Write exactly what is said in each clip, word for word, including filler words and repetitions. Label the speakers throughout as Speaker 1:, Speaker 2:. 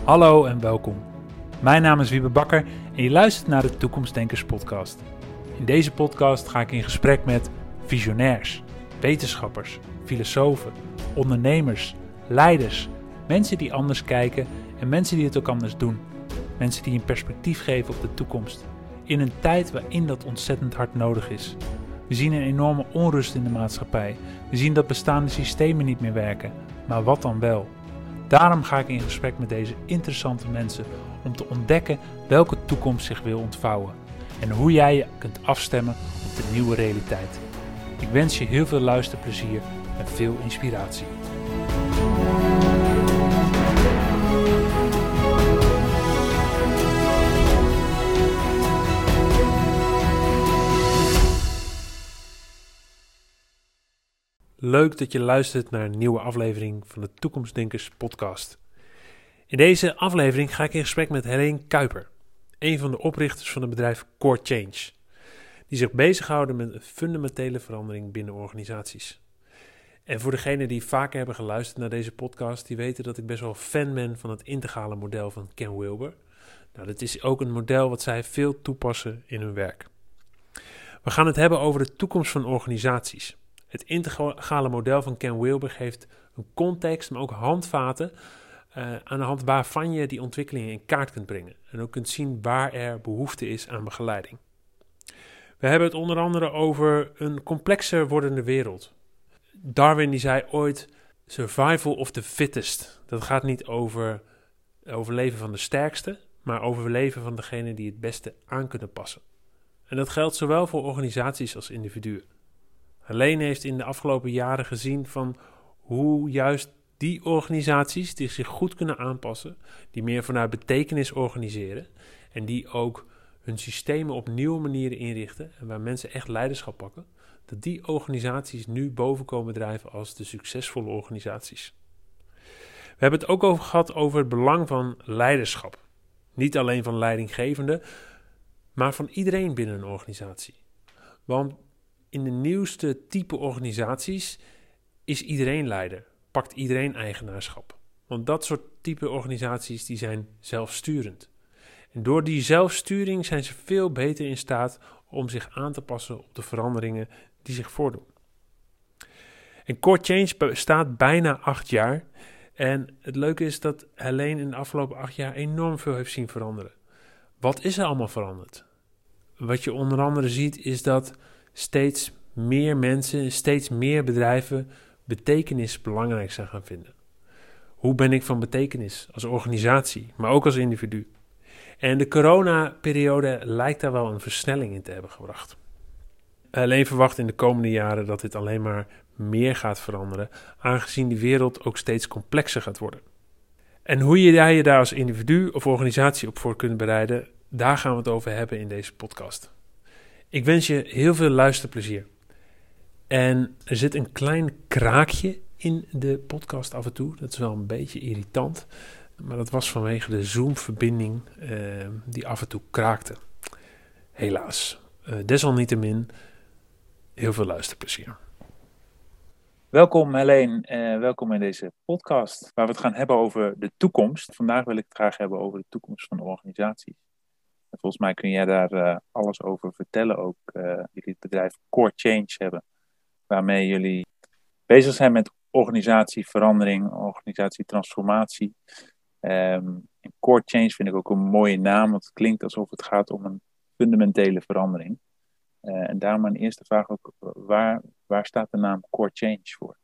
Speaker 1: Hallo en welkom. Mijn naam is Wiebe Bakker en je luistert naar de Toekomstdenkers podcast. In deze podcast ga ik in gesprek met visionairs, wetenschappers, filosofen, ondernemers, leiders, mensen die anders kijken en mensen die het ook anders doen. Mensen die een perspectief geven op de toekomst. In een tijd waarin dat ontzettend hard nodig is. We zien een enorme onrust in de maatschappij. We zien dat bestaande systemen niet meer werken. Maar wat dan wel? Daarom ga ik in gesprek met deze interessante mensen om te ontdekken welke toekomst zich wil ontvouwen. En hoe jij je kunt afstemmen op de nieuwe realiteit. Ik wens je heel veel luisterplezier en veel inspiratie. Leuk dat je luistert naar een nieuwe aflevering van de Toekomstdenkers podcast. In deze aflevering ga ik in gesprek met Helene Kuiper, een van de oprichters van het bedrijf Core Change, die zich bezighouden met een fundamentele verandering binnen organisaties. En voor degenen die vaker hebben geluisterd naar deze podcast, die weten dat ik best wel fan ben van het integrale model van Ken Wilber. Nou, dat is ook een model wat zij veel toepassen in hun werk. We gaan het hebben over de toekomst van organisaties. Het integrale model van Ken Wilber geeft een context, maar ook handvaten uh, aan de hand waarvan je die ontwikkelingen in kaart kunt brengen. En ook kunt zien waar er behoefte is aan begeleiding. We hebben het onder andere over een complexer wordende wereld. Darwin die zei ooit survival of the fittest. Dat gaat niet over overleven van de sterkste, maar overleven van degene die het beste aan kunnen passen. En dat geldt zowel voor organisaties als individuen. Helene heeft in de afgelopen jaren gezien van hoe juist die organisaties die zich goed kunnen aanpassen, die meer vanuit betekenis organiseren en die ook hun systemen op nieuwe manieren inrichten en waar mensen echt leiderschap pakken, dat die organisaties nu boven komen drijven als de succesvolle organisaties. We hebben het ook over gehad over het belang van leiderschap. Niet alleen van leidinggevenden, maar van iedereen binnen een organisatie. Want in de nieuwste type organisaties is iedereen leider, pakt iedereen eigenaarschap. Want dat soort type organisaties die zijn zelfsturend. En door die zelfsturing zijn ze veel beter in staat om zich aan te passen op de veranderingen die zich voordoen. En Core Change bestaat bijna acht jaar. En het leuke is dat Helene in de afgelopen acht jaar enorm veel heeft zien veranderen. Wat is er allemaal veranderd? Wat je onder andere ziet is dat steeds meer mensen, steeds meer bedrijven betekenis belangrijk zijn gaan vinden. Hoe ben ik van betekenis als organisatie, maar ook als individu? En de coronaperiode lijkt daar wel een versnelling in te hebben gebracht. Alleen verwacht in de komende jaren dat dit alleen maar meer gaat veranderen, aangezien de wereld ook steeds complexer gaat worden. En hoe je je daar als individu of organisatie op voor kunt bereiden, daar gaan we het over hebben in deze podcast. Ik wens je heel veel luisterplezier. En er zit een klein kraakje in de podcast af en toe. Dat is wel een beetje irritant. Maar dat was vanwege de Zoom-verbinding uh, die af en toe kraakte. Helaas. Uh, desalniettemin, heel veel luisterplezier. Welkom Helene, uh, welkom in deze podcast. Waar we het gaan hebben over de toekomst. Vandaag wil ik het graag hebben over de toekomst van de organisaties. En volgens mij kun jij daar uh, alles over vertellen. Ook uh, jullie het bedrijf Core Change hebben. Waarmee jullie bezig zijn met organisatieverandering, organisatietransformatie. Um, en Core Change vind ik ook een mooie naam, want het klinkt alsof het gaat om een fundamentele verandering. Uh, en daarom mijn eerste vraag ook, waar, waar staat de naam Core Change voor?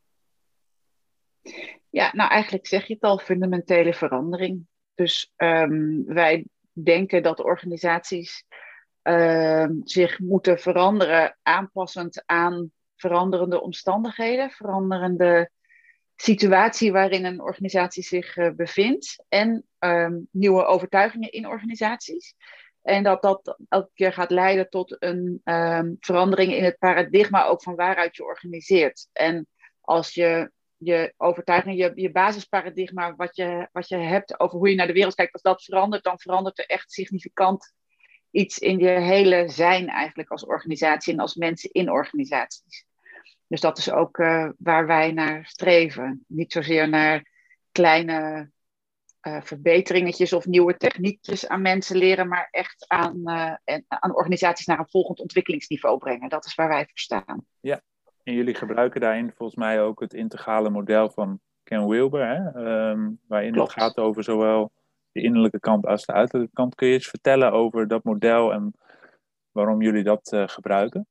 Speaker 2: Ja, nou eigenlijk zeg je het al, fundamentele verandering. Dus um, wij denken dat organisaties uh, zich moeten veranderen, aanpassend aan veranderende omstandigheden, veranderende situatie waarin een organisatie zich uh, bevindt en um, nieuwe overtuigingen in organisaties. En dat dat elke keer gaat leiden tot een um, verandering in het paradigma ook van waaruit je organiseert. En als je je overtuiging, je, je basisparadigma, wat je, wat je hebt over hoe je naar de wereld kijkt, als dat verandert, dan verandert er echt significant iets in je hele zijn eigenlijk als organisatie en als mensen in organisaties. Dus dat is ook uh, waar wij naar streven. Niet zozeer naar kleine uh, verbeteringetjes of nieuwe techniekjes aan mensen leren, maar echt aan, uh, en, aan organisaties naar een volgend ontwikkelingsniveau brengen. Dat is waar wij voor staan.
Speaker 3: Ja, en jullie gebruiken daarin volgens mij ook het integrale model van Ken Wilber, hè? Um, waarin Klopt. Het gaat over zowel de innerlijke kant als de uiterlijke kant. Kun je eens vertellen over dat model en waarom jullie dat uh, gebruiken?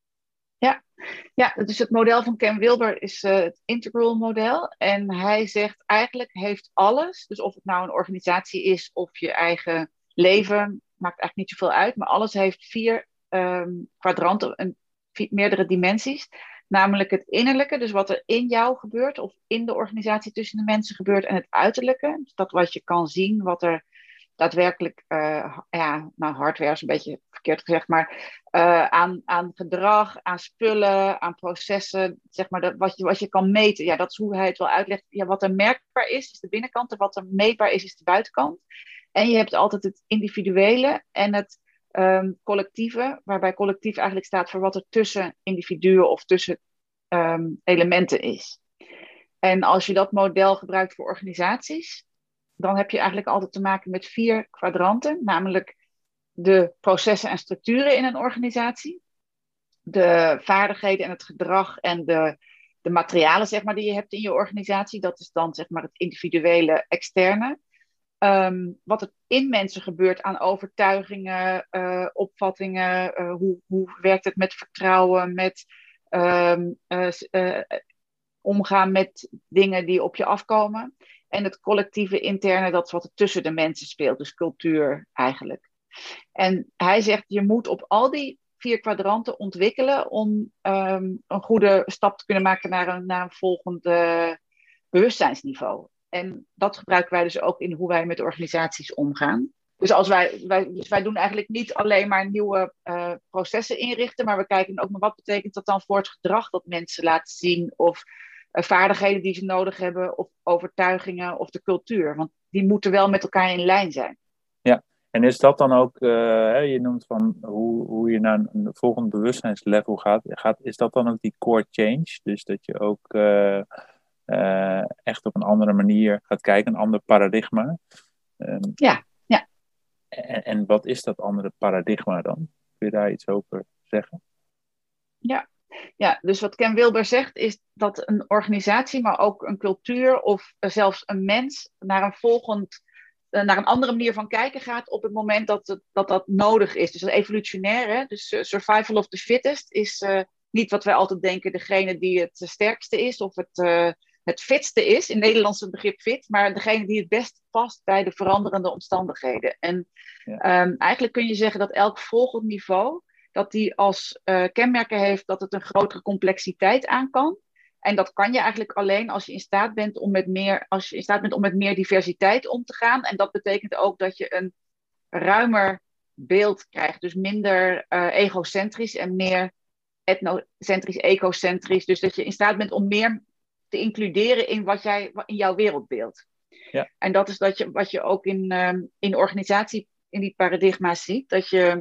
Speaker 2: Ja. ja, dus het model van Ken Wilber is uh, het integral model. En hij zegt eigenlijk heeft alles, dus of het nou een organisatie is of je eigen leven, maakt eigenlijk niet zoveel uit. Maar alles heeft vier um, kwadranten, een, vier, meerdere dimensies. Namelijk het innerlijke, dus wat er in jou gebeurt of in de organisatie tussen de mensen gebeurt. En het uiterlijke, dus dat wat je kan zien, wat er daadwerkelijk, uh, ja, nou hardware is een beetje verkeerd gezegd, maar uh, aan, aan gedrag, aan spullen, aan processen, zeg maar, dat, wat, je, wat je kan meten. Ja, dat is hoe hij het wel uitlegt. Ja, wat er merkbaar is, is de binnenkant en wat er meetbaar is, is de buitenkant. En je hebt altijd het individuele en het um, collectieve, waarbij collectief eigenlijk staat voor wat er tussen individuen of tussen um, elementen is. En als je dat model gebruikt voor organisaties, dan heb je eigenlijk altijd te maken met vier kwadranten, namelijk de processen en structuren in een organisatie, de vaardigheden en het gedrag en de, de materialen, zeg maar, die je hebt in je organisatie. Dat is dan, zeg maar, het individuele externe. Um, wat er in mensen gebeurt aan overtuigingen, uh, opvattingen, uh, hoe, hoe werkt het met vertrouwen, met um, uh, uh, omgaan met dingen die op je afkomen. En het collectieve interne, dat is wat er tussen de mensen speelt, dus cultuur eigenlijk. En hij zegt, je moet op al die vier kwadranten ontwikkelen om um, een goede stap te kunnen maken naar een, naar een volgend uh, bewustzijnsniveau. En dat gebruiken wij dus ook in hoe wij met organisaties omgaan. Dus, als wij, wij, dus wij doen eigenlijk niet alleen maar nieuwe uh, processen inrichten, maar we kijken ook naar wat betekent dat dan voor het gedrag dat mensen laten zien, of uh, vaardigheden die ze nodig hebben, of overtuigingen, of de cultuur. Want die moeten wel met elkaar in lijn zijn.
Speaker 3: Ja, en is dat dan ook, uh, je noemt van hoe, hoe je naar een volgend bewustzijnslevel gaat, gaat, is dat dan ook die core change? Dus dat je ook uh, uh, echt op een andere manier gaat kijken, een ander paradigma? Um,
Speaker 2: ja.
Speaker 3: En, en wat is dat andere paradigma dan? Kun je daar iets over zeggen?
Speaker 2: Ja. ja, dus wat Ken Wilber zegt is dat een organisatie, maar ook een cultuur of zelfs een mens naar een volgend, naar een andere manier van kijken gaat op het moment dat het, dat, dat nodig is. Dus dat evolutionair, hè? Dus uh, survival of the fittest is uh, niet wat wij altijd denken, degene die het sterkste is of het... Uh, het fitste is, in Nederlands het begrip fit, maar degene die het best past bij de veranderende omstandigheden. En ja. um, eigenlijk kun je zeggen dat elk volgend niveau, dat die als uh, kenmerken heeft dat het een grotere complexiteit aan kan. En dat kan je eigenlijk alleen als je in staat bent om met meer, als je in staat bent om met meer diversiteit om te gaan. En dat betekent ook dat je een ruimer beeld krijgt. Dus minder uh, egocentrisch en meer etnocentrisch, ecocentrisch. Dus dat je in staat bent om meer te includeren in wat jij in jouw wereldbeeld. Ja. En dat is dat je, wat je ook in, um, in organisatie, in die paradigma's ziet, dat je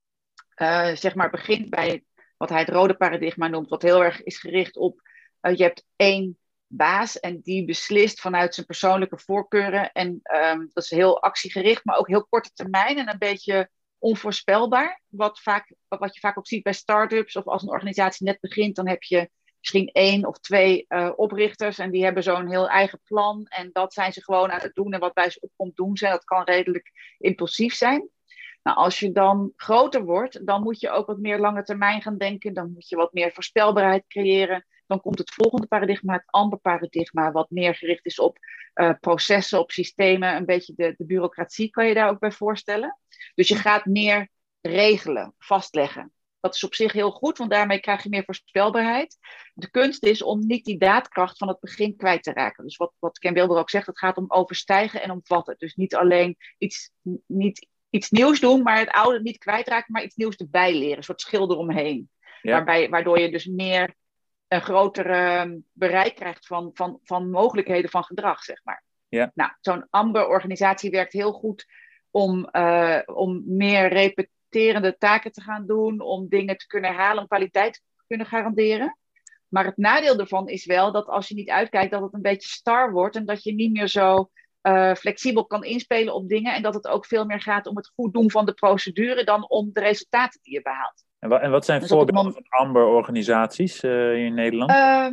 Speaker 2: uh, zeg maar begint bij wat hij het rode paradigma noemt, wat heel erg is gericht op, uh, je hebt één baas en die beslist vanuit zijn persoonlijke voorkeuren en um, dat is heel actiegericht, maar ook heel korte termijn en een beetje onvoorspelbaar, wat, vaak, wat je vaak ook ziet bij start-ups of als een organisatie net begint, dan heb je misschien één of twee uh, oprichters en die hebben zo'n heel eigen plan en dat zijn ze gewoon aan het doen en wat bij ze opkomt doen ze. Dat kan redelijk impulsief zijn. Nou, als je dan groter wordt, dan moet je ook wat meer lange termijn gaan denken. Dan moet je wat meer voorspelbaarheid creëren. Dan komt het volgende paradigma, het amber paradigma, wat meer gericht is op uh, processen, op systemen. Een beetje de, de bureaucratie kan je daar ook bij voorstellen. Dus je gaat meer regelen, vastleggen. Dat is op zich heel goed, want daarmee krijg je meer voorspelbaarheid. De kunst is om niet die daadkracht van het begin kwijt te raken. Dus wat, wat Ken Wilber ook zegt, het gaat om overstijgen en omvatten. Dus niet alleen iets, niet iets nieuws doen, maar het oude niet kwijtraken, maar iets nieuws erbij leren. Een soort schil eromheen. Ja. Waarbij, waardoor je dus meer een groter uh, bereik krijgt van, van, van mogelijkheden van gedrag, zeg maar. Ja. Nou, zo'n amber-organisatie werkt heel goed om, uh, om meer repeterende taken te gaan doen, om dingen te kunnen herhalen, om kwaliteit te kunnen garanderen. Maar het nadeel ervan is wel dat als je niet uitkijkt, dat het een beetje star wordt en dat je niet meer zo uh, flexibel kan inspelen op dingen. En dat het ook veel meer gaat om het goed doen van de procedure dan om de resultaten die je behaalt.
Speaker 3: En wat, en wat zijn
Speaker 2: dus
Speaker 3: voorbeelden
Speaker 2: moment...
Speaker 3: van Amber-organisaties uh, in Nederland?
Speaker 2: Uh,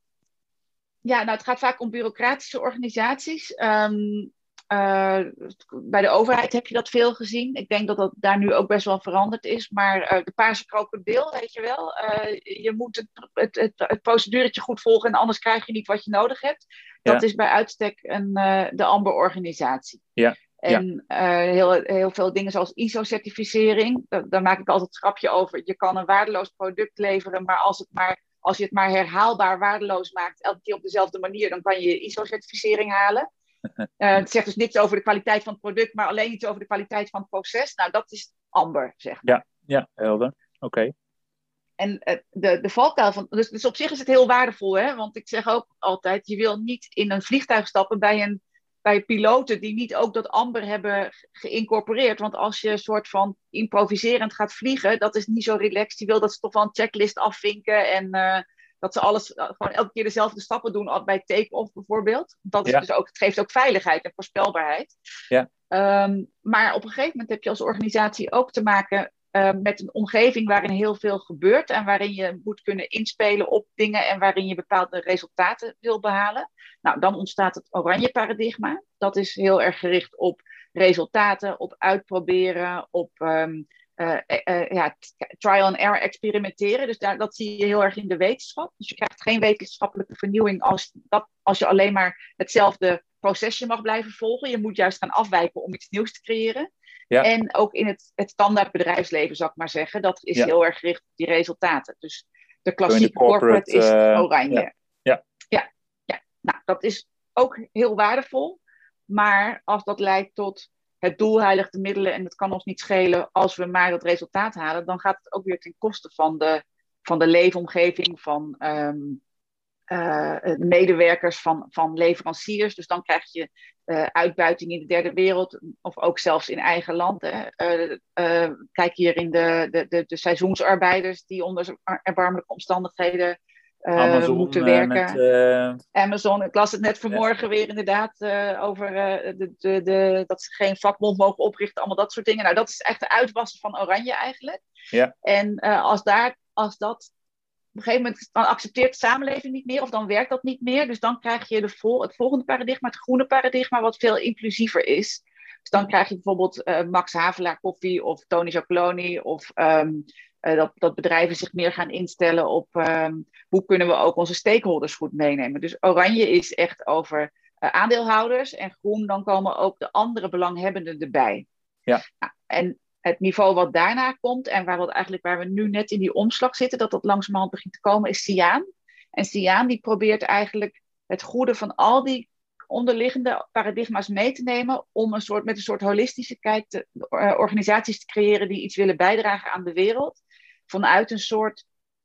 Speaker 2: ja, nou het gaat vaak om bureaucratische organisaties. Um, Uh, bij de overheid heb je dat veel gezien. Ik denk dat dat daar nu ook best wel veranderd is. Maar uh, de paarse krokodil, weet je wel. Uh, je moet het, het, het, het proceduretje goed volgen en anders krijg je niet wat je nodig hebt. Dat ja. is bij uitstek een, uh, de Amber-organisatie.
Speaker 3: Ja.
Speaker 2: En ja. uh, heel, heel veel dingen zoals I S O-certificering. Daar, daar maak ik altijd een grapje over. Je kan een waardeloos product leveren, maar als, het maar als je het maar herhaalbaar waardeloos maakt, elke keer op dezelfde manier, dan kan je I S O-certificering halen. Uh, het zegt dus niks over de kwaliteit van het product, maar alleen iets over de kwaliteit van het proces. Nou, dat is Amber, zeg maar.
Speaker 3: Ja, ja, helder. Oké. Okay.
Speaker 2: En uh, de, de valkuil van... Dus, dus op zich is het heel waardevol, hè? Want ik zeg ook altijd, je wil niet in een vliegtuig stappen bij, een, bij piloten die niet ook dat Amber hebben geïncorporeerd. Want als je een soort van improviserend gaat vliegen, dat is niet zo relaxed. Je wil dat ze toch wel een checklist afvinken en... Uh, dat ze alles gewoon elke keer dezelfde stappen doen bij take-off bijvoorbeeld. Dat is ja. dus ook, het geeft ook veiligheid en voorspelbaarheid.
Speaker 3: Ja.
Speaker 2: Um, maar op een gegeven moment heb je als organisatie ook te maken uh, met een omgeving waarin heel veel gebeurt. En waarin je moet kunnen inspelen op dingen en waarin je bepaalde resultaten wil behalen. Nou, dan ontstaat het oranje paradigma. Dat is heel erg gericht op resultaten, op uitproberen, op... Um, Uh, uh, ja, trial and error experimenteren. Dus daar, dat zie je heel erg in de wetenschap. Dus je krijgt geen wetenschappelijke vernieuwing als, dat, als je alleen maar hetzelfde procesje mag blijven volgen. Je moet juist gaan afwijken om iets nieuws te creëren. Ja. En ook in het, het standaard bedrijfsleven, zou ik maar zeggen. Dat is ja. heel erg gericht op die resultaten. Dus de klassieke de corporate, corporate is uh, oranje.
Speaker 3: Ja. Ja.
Speaker 2: Ja, ja. Nou, dat is ook heel waardevol. Maar als dat leidt tot... het doel heiligt de middelen en het kan ons niet schelen als we maar dat resultaat halen, dan gaat het ook weer ten koste van de, van de leefomgeving, van um, uh, medewerkers, van, van leveranciers. Dus dan krijg je uh, uitbuiting in de derde wereld, of ook zelfs in eigen land. Hè. Uh, uh, kijk hier in de, de, de, de seizoensarbeiders die onder erbarmelijke omstandigheden Uh,
Speaker 3: Amazon,
Speaker 2: moeten werken.
Speaker 3: Uh, met, uh...
Speaker 2: Amazon, ik las het net vanmorgen ja. weer inderdaad uh, over uh, de, de, de, dat ze geen vakbond mogen oprichten, allemaal dat soort dingen. Nou, dat is echt de uitwassen van oranje eigenlijk.
Speaker 3: Ja.
Speaker 2: En uh, als, daar, als dat op een gegeven moment, dan accepteert de samenleving niet meer of dan werkt dat niet meer. Dus dan krijg je de vol, het volgende paradigma, het groene paradigma, wat veel inclusiever is. Dus dan krijg je bijvoorbeeld uh, Max Havelaar Koffie of Tony Chocoloni of... Um, Uh, dat, dat bedrijven zich meer gaan instellen op um, hoe kunnen we ook onze stakeholders goed meenemen. Dus oranje is echt over uh, aandeelhouders en groen, dan komen ook de andere belanghebbenden erbij.
Speaker 3: Ja.
Speaker 2: Nou, en het niveau wat daarna komt en waar, wat eigenlijk, waar we nu net in die omslag zitten, dat dat langzamerhand begint te komen, is Ciaan. En Ciaan die probeert eigenlijk het goede van al die onderliggende paradigma's mee te nemen om een soort, met een soort holistische kijk te, uh, organisaties te creëren die iets willen bijdragen aan de wereld. Vanuit een soort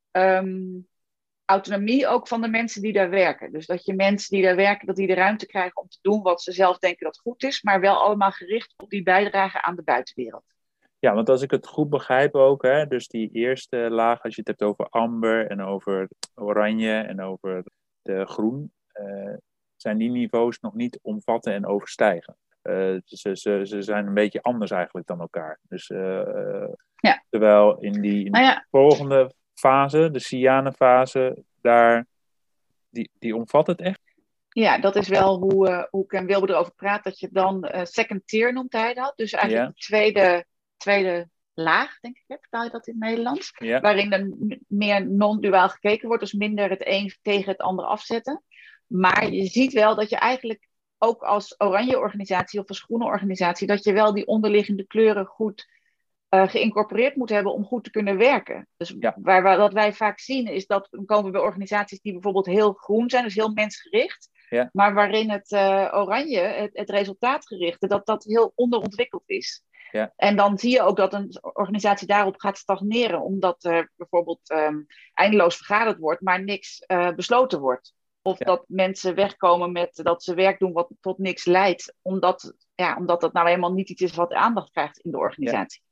Speaker 2: um, autonomie ook van de mensen die daar werken. Dus dat je mensen die daar werken, dat die de ruimte krijgen om te doen wat ze zelf denken dat goed is, maar wel allemaal gericht op die bijdrage aan de buitenwereld.
Speaker 3: Ja, want als ik het goed begrijp ook, hè, dus die eerste laag, als je het hebt over amber en over oranje en over de groen, uh, zijn die niveaus nog niet omvatten en overstijgen. Uh, ze, ze, ze zijn een beetje anders eigenlijk dan elkaar. Dus, uh, ja. Terwijl in die, in
Speaker 2: nou ja.
Speaker 3: volgende fase, de cyanenfase, daar, die, die omvat het echt?
Speaker 2: Ja, dat is wel hoe, uh, hoe ik en Wilber erover praat, dat je dan uh, second tier noemt hij dat. Dus eigenlijk ja. de tweede, tweede laag, denk ik, hè? Vertaal je dat in het Nederlands?
Speaker 3: Ja.
Speaker 2: Waarin er meer non-duaal gekeken wordt, dus minder het een tegen het ander afzetten. Maar je ziet wel dat je eigenlijk ook als oranje organisatie of als groene organisatie, dat je wel die onderliggende kleuren goed uh, geïncorporeerd moet hebben om goed te kunnen werken. Dus
Speaker 3: ja.
Speaker 2: waar, waar, wat wij vaak zien is dat we komen bij organisaties die bijvoorbeeld heel groen zijn, dus heel mensgericht,
Speaker 3: ja.
Speaker 2: maar waarin het uh, oranje, het, het resultaatgerichte, dat dat heel onderontwikkeld is.
Speaker 3: Ja.
Speaker 2: En dan zie je ook dat een organisatie daarop gaat stagneren, omdat er bijvoorbeeld um, eindeloos vergaderd wordt, maar niks uh, besloten wordt. Of ja. dat mensen wegkomen met dat ze werk doen wat tot niks leidt. Omdat, ja, omdat dat nou helemaal niet iets is wat aandacht krijgt in de organisatie.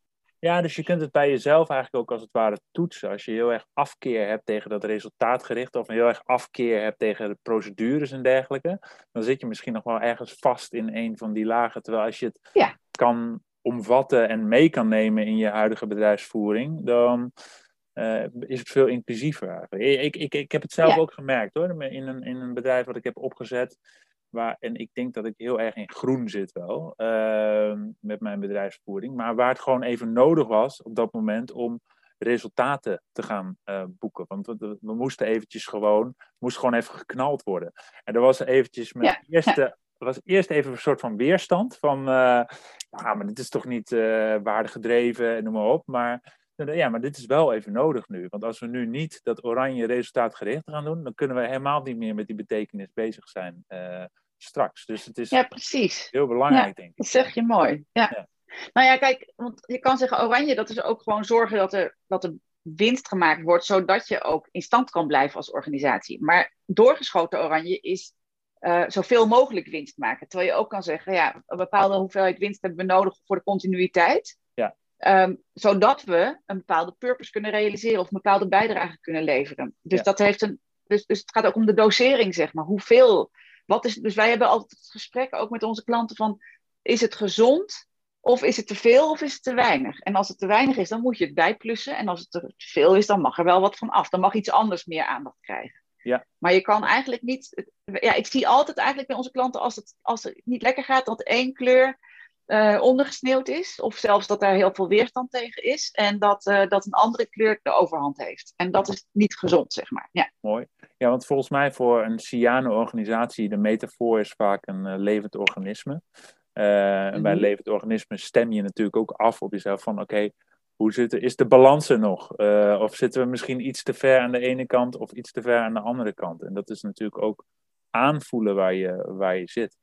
Speaker 3: Ja, dus je kunt het bij jezelf eigenlijk ook als het ware toetsen. Als je heel erg afkeer hebt tegen dat resultaatgericht of heel erg afkeer hebt tegen de procedures en dergelijke, dan zit je misschien nog wel ergens vast in een van die lagen. Terwijl als je het
Speaker 2: Ja.
Speaker 3: kan omvatten en mee kan nemen in je huidige bedrijfsvoering, dan uh, is het veel inclusiever eigenlijk. Ik, ik, ik heb het zelf
Speaker 2: Ja.
Speaker 3: ook gemerkt hoor, in een, in een bedrijf wat ik heb opgezet. Waar, en ik denk dat ik heel erg in groen zit wel, uh, met mijn bedrijfsvoering. Maar waar het gewoon even nodig was op dat moment om resultaten te gaan uh, boeken. Want we, we moesten eventjes gewoon, moest gewoon even geknald worden. En er was eventjes mijn
Speaker 2: Ja.
Speaker 3: eerste, er was eerst even een soort van weerstand van, uh, ja, maar dit is toch niet uh, waardegedreven en noem maar op. Maar ja, maar dit is wel even nodig nu. Want als we nu niet dat oranje resultaatgericht gaan doen, dan kunnen we helemaal niet meer met die betekenis bezig zijn. Uh, straks. Dus het is
Speaker 2: ja, precies.
Speaker 3: heel belangrijk,
Speaker 2: ja,
Speaker 3: denk ik.
Speaker 2: Dat zeg je mooi. Ja.
Speaker 3: Ja.
Speaker 2: Nou ja, kijk, want je kan zeggen oranje, dat is ook gewoon zorgen dat er, dat er winst gemaakt wordt, zodat je ook in stand kan blijven als organisatie. Maar doorgeschoten oranje is uh, zoveel mogelijk winst maken. Terwijl je ook kan zeggen, ja, een bepaalde hoeveelheid winst hebben we nodig voor de continuïteit.
Speaker 3: Ja.
Speaker 2: Um, zodat we een bepaalde purpose kunnen realiseren of een bepaalde bijdrage kunnen leveren. Dus,
Speaker 3: Ja.
Speaker 2: dat heeft een, dus, dus het gaat ook om de dosering, zeg maar. Hoeveel... Wat is, dus wij hebben altijd het gesprek ook met onze klanten van, is het gezond of is het te veel of is het te weinig? En als het te weinig is, dan moet je het bijplussen. En als het te veel is, dan mag er wel wat van af. Dan mag iets anders meer aandacht krijgen.
Speaker 3: Ja.
Speaker 2: Maar je kan eigenlijk niet... Ja, ik zie altijd eigenlijk bij onze klanten, als het, als het niet lekker gaat, dat één kleur uh, ondergesneeuwd is. Of zelfs dat daar heel veel weerstand tegen is. En dat, uh, dat een andere kleur de overhand heeft. En dat is niet gezond, zeg maar. Ja.
Speaker 3: Mooi. Ja, want volgens mij voor een cyano-organisatie, de metafoor is vaak een uh, levend organisme. Uh, mm-hmm. En bij levend organisme stem je natuurlijk ook af op jezelf van, oké, okay, hoe zit er, is de balans er nog? Uh, of zitten we misschien iets te ver aan de ene kant of iets te ver aan de andere kant? En dat is natuurlijk ook aanvoelen waar je, waar je zit.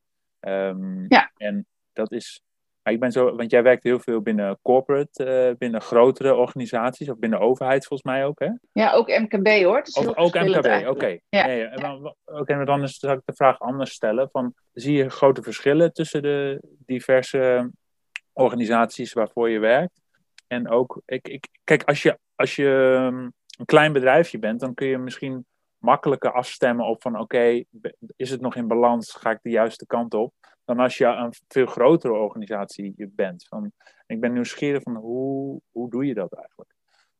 Speaker 3: Um,
Speaker 2: ja.
Speaker 3: En dat is... Maar ik ben zo, want jij werkt heel veel binnen corporate, uh, binnen grotere organisaties, of binnen overheid volgens mij ook, hè?
Speaker 2: Ja, ook M K B hoor. Het is
Speaker 3: of,
Speaker 2: heel
Speaker 3: ook M K B, oké.
Speaker 2: Okay. Ja.
Speaker 3: Nee, ja. Oké, maar dan zal ik de vraag anders stellen. Van, zie je grote verschillen tussen de diverse organisaties waarvoor je werkt? En ook, ik, ik, kijk, als je, als je een klein bedrijfje bent, dan kun je misschien makkelijker afstemmen op van, oké, okay, is het nog in balans? Ga ik de juiste kant op? Dan als je een veel grotere organisatie bent. Van, ik ben nieuwsgierig van hoe, hoe doe je dat eigenlijk?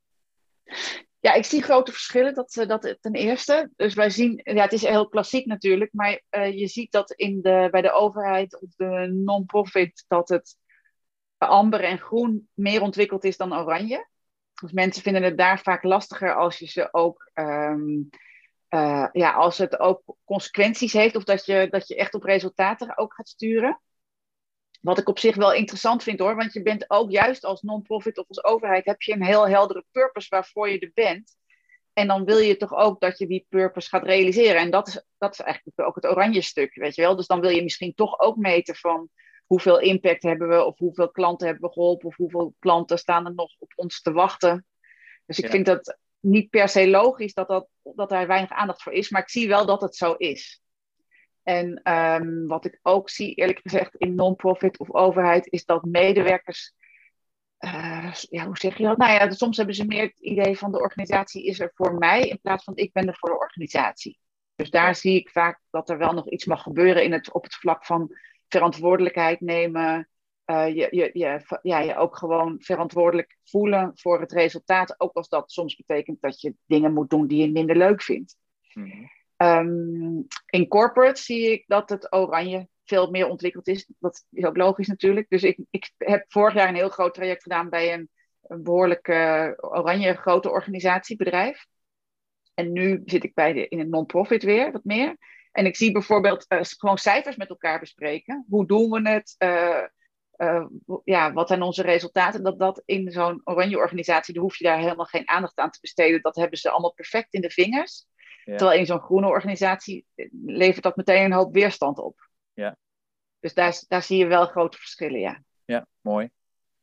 Speaker 2: Ja, ik zie grote verschillen, dat, dat ten eerste. Dus wij zien, ja, het is heel klassiek natuurlijk, maar uh, je ziet dat in de, bij de overheid of de non-profit dat het amber en groen meer ontwikkeld is dan oranje. Dus mensen vinden het daar vaak lastiger als je ze ook... Um, Uh, ja, als het ook consequenties heeft of dat je, dat je echt op resultaten ook gaat sturen. Wat ik op zich wel interessant vind hoor, want je bent ook juist als non-profit of als overheid heb je een heel heldere purpose waarvoor je er bent. En dan wil je toch ook dat je die purpose gaat realiseren. En dat is, dat is eigenlijk ook het oranje stuk, weet je wel. Dus dan wil je misschien toch ook meten van hoeveel impact hebben we of hoeveel klanten hebben we geholpen of hoeveel klanten staan er nog op ons te wachten. Dus ik ja. vind dat niet per se logisch dat, dat, dat daar weinig aandacht voor is, maar ik zie wel dat het zo is. En um, wat ik ook zie, eerlijk gezegd, in non-profit of overheid, is dat medewerkers, uh, ja, hoe zeg je dat? Nou ja, soms hebben ze meer het idee van de organisatie is er voor mij, in plaats van ik ben er voor de organisatie. Dus daar zie ik vaak dat er wel nog iets mag gebeuren in het, op het vlak van verantwoordelijkheid nemen. Uh, je, je, je, ja, je ook gewoon verantwoordelijk voelen voor het resultaat. Ook als dat soms betekent dat je dingen moet doen die je minder leuk vindt. Mm-hmm. Um, in corporate zie ik dat het oranje veel meer ontwikkeld is. Dat is ook logisch natuurlijk. Dus ik, ik heb vorig jaar een heel groot traject gedaan bij een, een behoorlijk uh, oranje grote organisatiebedrijf. En nu zit ik bij de, in een non-profit weer wat meer. En ik zie bijvoorbeeld uh, gewoon cijfers met elkaar bespreken. Hoe doen we het? Uh, Uh, ja, wat zijn onze resultaten? Dat dat in zo'n oranje organisatie, dan hoef je daar helemaal geen aandacht aan te besteden. Dat hebben ze allemaal perfect in de vingers. Ja. Terwijl in zo'n groene organisatie levert dat meteen een hoop weerstand op.
Speaker 3: Ja.
Speaker 2: Dus daar, daar zie je wel grote verschillen, ja.
Speaker 3: Ja, mooi.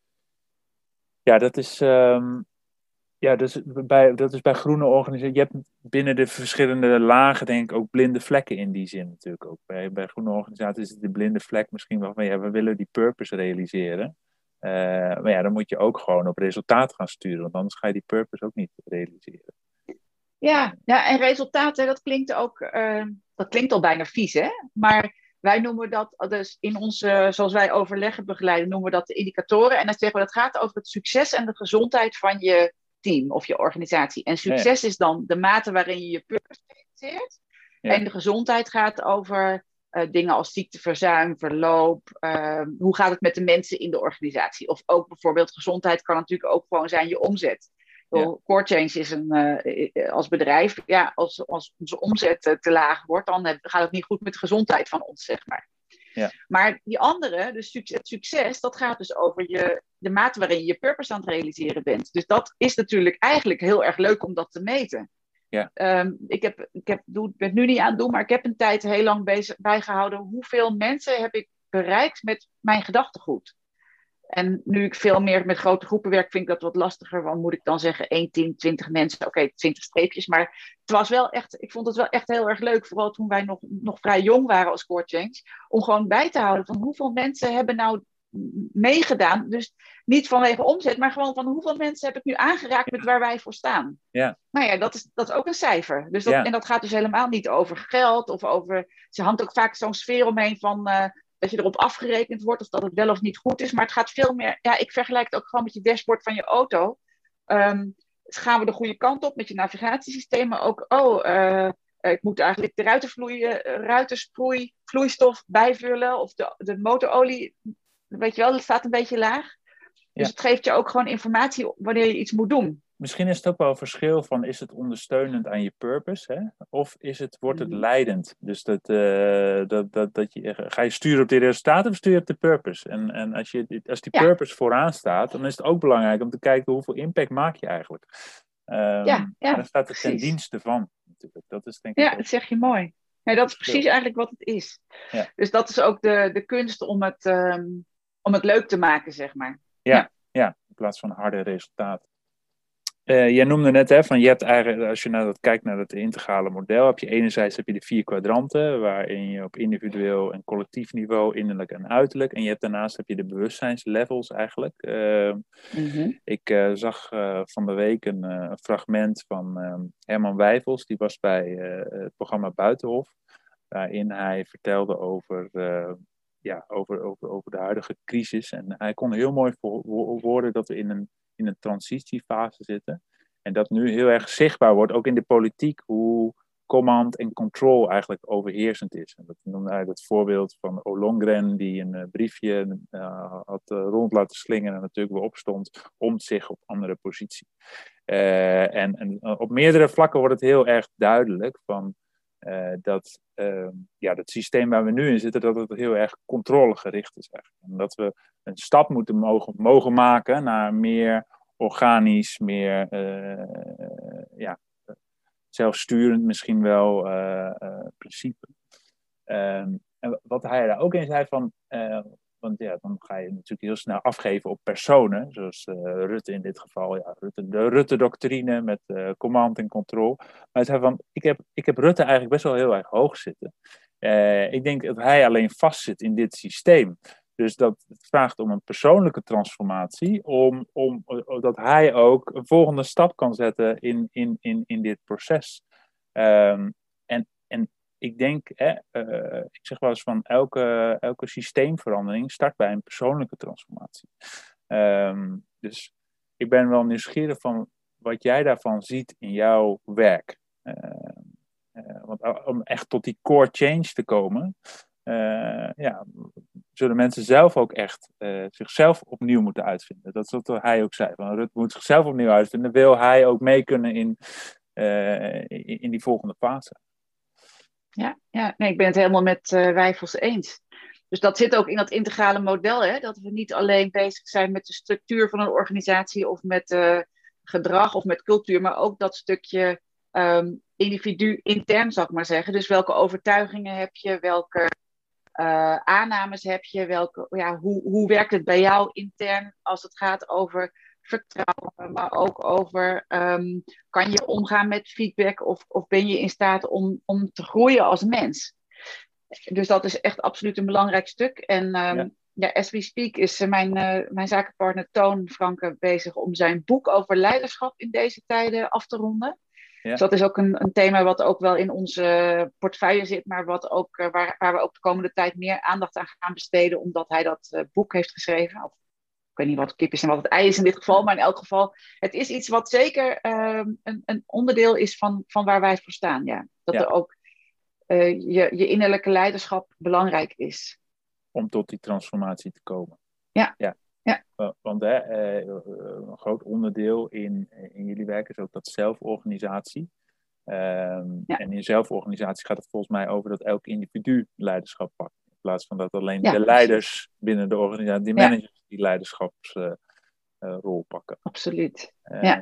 Speaker 3: Ja, dat is... Um... Ja, dus bij, dat is bij groene organisaties. Je hebt binnen de verschillende lagen, denk ik, ook blinde vlekken in die zin natuurlijk ook. Bij, bij groene organisaties is de blinde vlek misschien wel van, ja, we willen die purpose realiseren. Uh, maar ja, dan moet je ook gewoon op resultaat gaan sturen, want anders ga je die purpose ook niet realiseren.
Speaker 2: Ja, ja en resultaten, dat klinkt ook, uh, dat klinkt al bijna vies, hè? Maar wij noemen dat, dus in onze, zoals wij overleggen begeleiden, noemen we dat de indicatoren. En dan zeggen we, dat gaat over het succes en de gezondheid van je team of je organisatie. En succes ja, ja. is dan de mate waarin je je purpose realiseert. Ja. En de gezondheid gaat over uh, dingen als ziekteverzuim, verloop. Uh, hoe gaat het met de mensen in de organisatie? Of ook bijvoorbeeld gezondheid kan natuurlijk ook gewoon zijn je omzet. Ja. Core Change is een, uh, als bedrijf, ja, als, als onze omzet uh, te laag wordt, dan gaat het niet goed met de gezondheid van ons, zeg maar. Ja. Maar die andere, dus het succes, dat gaat dus over je, de mate waarin je je purpose aan het realiseren bent. Dus dat is natuurlijk eigenlijk heel erg leuk om dat te meten. Ja. Um, ik heb, ik heb, doe, ben het nu niet aan het doen, maar ik heb een tijd heel lang bezig, bijgehouden hoeveel mensen heb ik bereikt met mijn gedachtegoed. En nu ik veel meer met grote groepen werk, vind ik dat wat lastiger. Want moet ik dan zeggen één team, twintig mensen, oké, okay, twintig streepjes. Maar het was wel echt, ik vond het wel echt heel erg leuk, vooral toen wij nog, nog vrij jong waren als Core Change, om gewoon bij te houden van hoeveel mensen hebben nou meegedaan. Dus niet vanwege omzet, maar gewoon van hoeveel mensen heb ik nu aangeraakt met waar wij voor staan. Ja. Nou ja, dat is, dat is ook een cijfer. Dus dat, ja. En dat gaat dus helemaal niet over geld of over, ze hangt ook vaak zo'n sfeer omheen van Uh, dat je erop afgerekend wordt of dat het wel of niet goed is. Maar het gaat veel meer, ja, ik vergelijk het ook gewoon met je dashboard van je auto. Um, gaan we de goede kant op met je navigatiesysteem, maar ook, oh, uh, ik moet eigenlijk de ruitenvloeien, ruitensproei, vloeistof bijvullen of de, de motorolie, weet je wel, dat staat een beetje laag. Dus ja. Het geeft je ook gewoon informatie wanneer je iets moet doen.
Speaker 3: Misschien is het ook wel een verschil van, is het ondersteunend aan je purpose, hè? Of is het, wordt het leidend? Dus dat, uh, dat, dat, dat je, ga je sturen op die resultaten of stuur je op de purpose? En, en als, je, als die purpose ja. vooraan staat, dan is het ook belangrijk om te kijken hoeveel impact maak je eigenlijk. Um, ja, ja, dan staat het ten dienste van. Natuurlijk. Dat is denk ik
Speaker 2: ja, dat zeg je mooi. Nee, dat is precies eigenlijk wat het is. Ja. Dus dat is ook de, de kunst om het, um, om het leuk te maken, zeg maar.
Speaker 3: Ja, ja. ja in plaats van harde resultaten. Uh, jij noemde net, hè, van je hebt eigenlijk, als je naar dat, kijkt naar het integrale model, heb je enerzijds heb je de vier kwadranten, waarin je op individueel en collectief niveau, innerlijk en uiterlijk, en je hebt daarnaast heb je de bewustzijnslevels eigenlijk. Uh, mm-hmm. Ik uh, zag uh, van de week een uh, fragment van uh, Herman Wijfels, die was bij uh, het programma Buitenhof, waarin hij vertelde over, uh, ja, over, over, over de huidige crisis, en hij kon heel mooi verwoorden dat we in een in een transitiefase zitten. En dat nu heel erg zichtbaar wordt, ook in de politiek, hoe command en control eigenlijk overheersend is. En dat noemde hij het voorbeeld van Ollongren, die een uh, briefje uh, had uh, rond laten slingeren en natuurlijk weer opstond, om zich op andere positie. Uh, en en uh, op meerdere vlakken wordt het heel erg duidelijk van uh, dat uh, ja, het systeem waar we nu in zitten, dat het heel erg controlegericht is eigenlijk. En dat we een stap moeten mogen, mogen maken naar meer organisch, meer uh, ja, zelfsturend misschien wel uh, uh, principe. Um, en wat hij daar ook in zei van, uh, want ja, dan ga je natuurlijk heel snel afgeven op personen, zoals uh, Rutte in dit geval, ja, Rutte, de Rutte-doctrine met uh, command en control. Maar hij zei van, ik heb, ik heb Rutte eigenlijk best wel heel erg hoog zitten. Uh, ik denk dat hij alleen vastzit in dit systeem. Dus dat het vraagt om een persoonlijke transformatie, om, om, dat hij ook een volgende stap kan zetten in, in, in, in dit proces. Um, en, en ik denk, eh, uh, ik zeg wel eens van elke, elke systeemverandering start bij een persoonlijke transformatie. Um, dus ik ben wel nieuwsgierig van wat jij daarvan ziet in jouw werk. Uh, uh, want om echt tot die core change te komen, Uh, ja, zullen mensen zelf ook echt uh, zichzelf opnieuw moeten uitvinden. Dat is wat hij ook zei. Van Rutte moet zichzelf opnieuw uitvinden. Wil hij ook mee kunnen in, uh, in, in die volgende fase?
Speaker 2: Ja, ja. Nee, ik ben het helemaal met uh, Wijfels eens. Dus dat zit ook in dat integrale model. Hè? Dat we niet alleen bezig zijn met de structuur van een organisatie of met uh, gedrag of met cultuur, maar ook dat stukje um, individu intern, zal ik maar zeggen. Dus welke overtuigingen heb je, welke Uh, aannames heb je, welke, ja, hoe, hoe werkt het bij jou intern als het gaat over vertrouwen, maar ook over um, kan je omgaan met feedback of, of ben je in staat om, om te groeien als mens. Dus dat is echt absoluut een belangrijk stuk. En um, ja. ja, as we speak is uh, mijn, uh, mijn zakenpartner Toon Franke bezig om zijn boek over leiderschap in deze tijden af te ronden. Ja. Dus dat is ook een, een thema wat ook wel in onze portefeuille zit, maar wat ook, uh, waar, waar we ook de komende tijd meer aandacht aan gaan besteden, omdat hij dat uh, boek heeft geschreven. Of, ik weet niet wat het kip is en wat het ei is in dit geval, maar in elk geval, het is iets wat zeker uh, een, een onderdeel is van, van waar wij voor staan. Ja. Dat ja. er ook uh, je, je innerlijke leiderschap belangrijk is.
Speaker 3: Om tot die transformatie te komen.
Speaker 2: Ja. ja. ja.
Speaker 3: Want hè, uh, een groot onderdeel in, in jullie werk is ook dat zelforganisatie. Um, ja. En in zelforganisatie gaat het volgens mij over dat elk individu leiderschap pakt. In plaats van dat alleen ja, de leiders precies. binnen de organisatie, die managers, ja. die leiderschapsrol uh, uh, pakken.
Speaker 2: Absoluut. Uh, ja.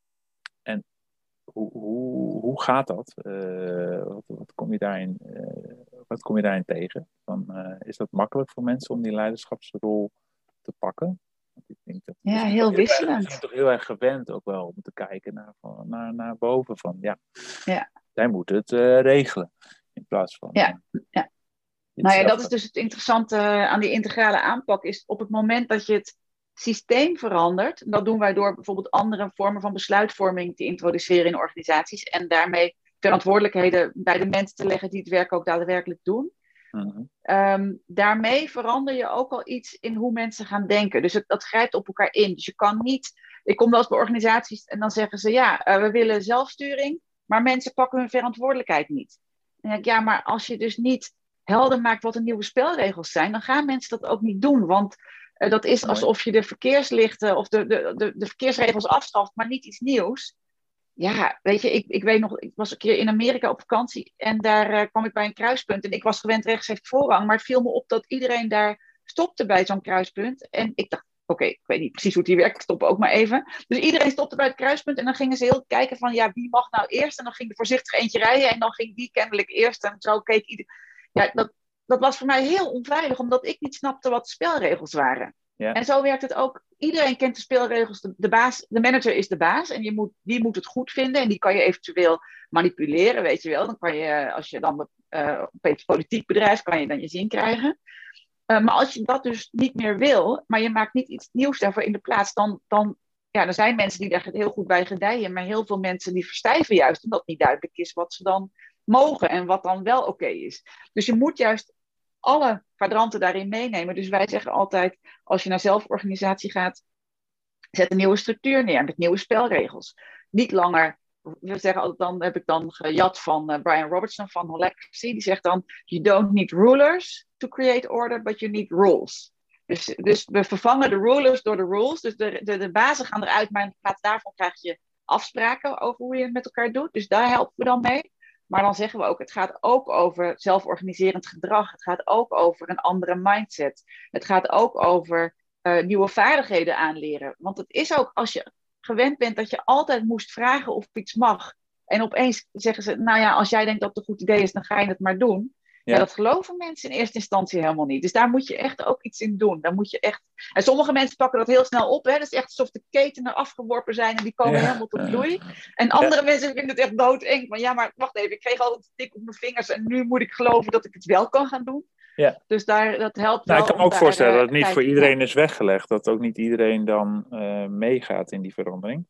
Speaker 3: En hoe, hoe, hoe gaat dat? Uh, wat, wat, kom je daarin, uh, wat kom je daarin tegen? Van, uh, is dat makkelijk voor mensen om die leiderschapsrol te pakken? Want ik denk dat
Speaker 2: ja, heel wisselend.
Speaker 3: We zijn toch heel erg gewend ook wel om te kijken naar, van, naar, naar boven. Van, ja,
Speaker 2: ja.
Speaker 3: zij moeten het uh, regelen. In plaats van...
Speaker 2: Ja, uh, ja. Nou ja, dat is dus het interessante aan die integrale aanpak. Is op het moment dat je het systeem verandert. En dat doen wij door bijvoorbeeld andere vormen van besluitvorming te introduceren in organisaties. En daarmee verantwoordelijkheden bij de mensen te leggen die het werk ook daadwerkelijk doen.
Speaker 3: Mm-hmm.
Speaker 2: Um, daarmee verander je ook al iets in hoe mensen gaan denken. Dus het, dat grijpt op elkaar in. Dus je kan niet... Ik kom wel eens bij organisaties en dan zeggen ze... Ja, uh, we willen zelfsturing, maar mensen pakken hun verantwoordelijkheid niet. En dan denk ik, ja, maar als je dus niet helder maakt wat de nieuwe spelregels zijn... dan gaan mensen dat ook niet doen. Want uh, dat is alsof je de verkeerslichten of de, de, de, de verkeersregels afschaft, maar niet iets nieuws. Ja, weet je, ik, ik weet nog, ik was een keer in Amerika op vakantie en daar uh, kwam ik bij een kruispunt en ik was gewend rechts heeft voorrang, maar het viel me op dat iedereen daar stopte bij zo'n kruispunt en ik dacht, oké, okay, ik weet niet precies hoe die werkt, ik stop ook maar even. Dus iedereen stopte bij het kruispunt en dan gingen ze heel kijken van, ja, wie mag nou eerst? En dan ging er voorzichtig eentje rijden en dan ging die kennelijk eerst en zo keek iedereen. Ja, dat, dat was voor mij heel onveilig, omdat ik niet snapte wat de spelregels waren. Ja. En zo werkt het ook. Iedereen kent de spelregels. De, de, baas, de manager is de baas. En je moet, die moet het goed vinden. En die kan je eventueel manipuleren, weet je wel. Dan kan je, als je dan uh, op een politiek bedrijf, kan je dan je zin krijgen. Uh, maar als je dat dus niet meer wil, maar je maakt niet iets nieuws daarvoor in de plaats, dan, dan, ja, er zijn mensen die daar heel goed bij gedijen. Maar heel veel mensen die verstijven juist, omdat niet duidelijk is wat ze dan mogen en wat dan wel oké okay is. Dus je moet juist alle kwadranten daarin meenemen. Dus wij zeggen altijd, als je naar zelforganisatie gaat, zet een nieuwe structuur neer met nieuwe spelregels. Niet langer, we zeggen altijd, dan heb ik dan gejat van uh, Brian Robertson van Holacracy, die zegt dan, you don't need rulers to create order, but you need rules. Dus, dus we vervangen de rulers door de rules. Dus de, de, de bazen gaan eruit, maar in plaats daarvan krijg je afspraken over hoe je het met elkaar doet. Dus daar helpen we dan mee. Maar dan zeggen we ook, het gaat ook over zelforganiserend gedrag. Het gaat ook over een andere mindset. Het gaat ook over uh, nieuwe vaardigheden aanleren. Want het is ook, als je gewend bent dat je altijd moest vragen of iets mag. En opeens zeggen ze, nou ja, als jij denkt dat het een goed idee is, dan ga je het maar doen. Ja. Ja, dat geloven mensen in eerste instantie helemaal niet. Dus daar moet je echt ook iets in doen. Daar moet je echt... En sommige mensen pakken dat heel snel op. Hè? Dat is echt alsof de ketenen afgeworpen zijn en die komen ja. helemaal tot bloei. En andere ja. mensen vinden het echt doodeng. Van ja, maar wacht even, ik kreeg altijd een tik op mijn vingers en nu moet ik geloven dat ik het wel kan gaan doen. Ja. Dus daar, dat helpt
Speaker 3: nou,
Speaker 2: wel.
Speaker 3: Ik kan me ook
Speaker 2: daar,
Speaker 3: voorstellen dat het niet
Speaker 2: uh,
Speaker 3: voor iedereen ja. is weggelegd. Dat ook niet iedereen dan uh, meegaat in die verandering.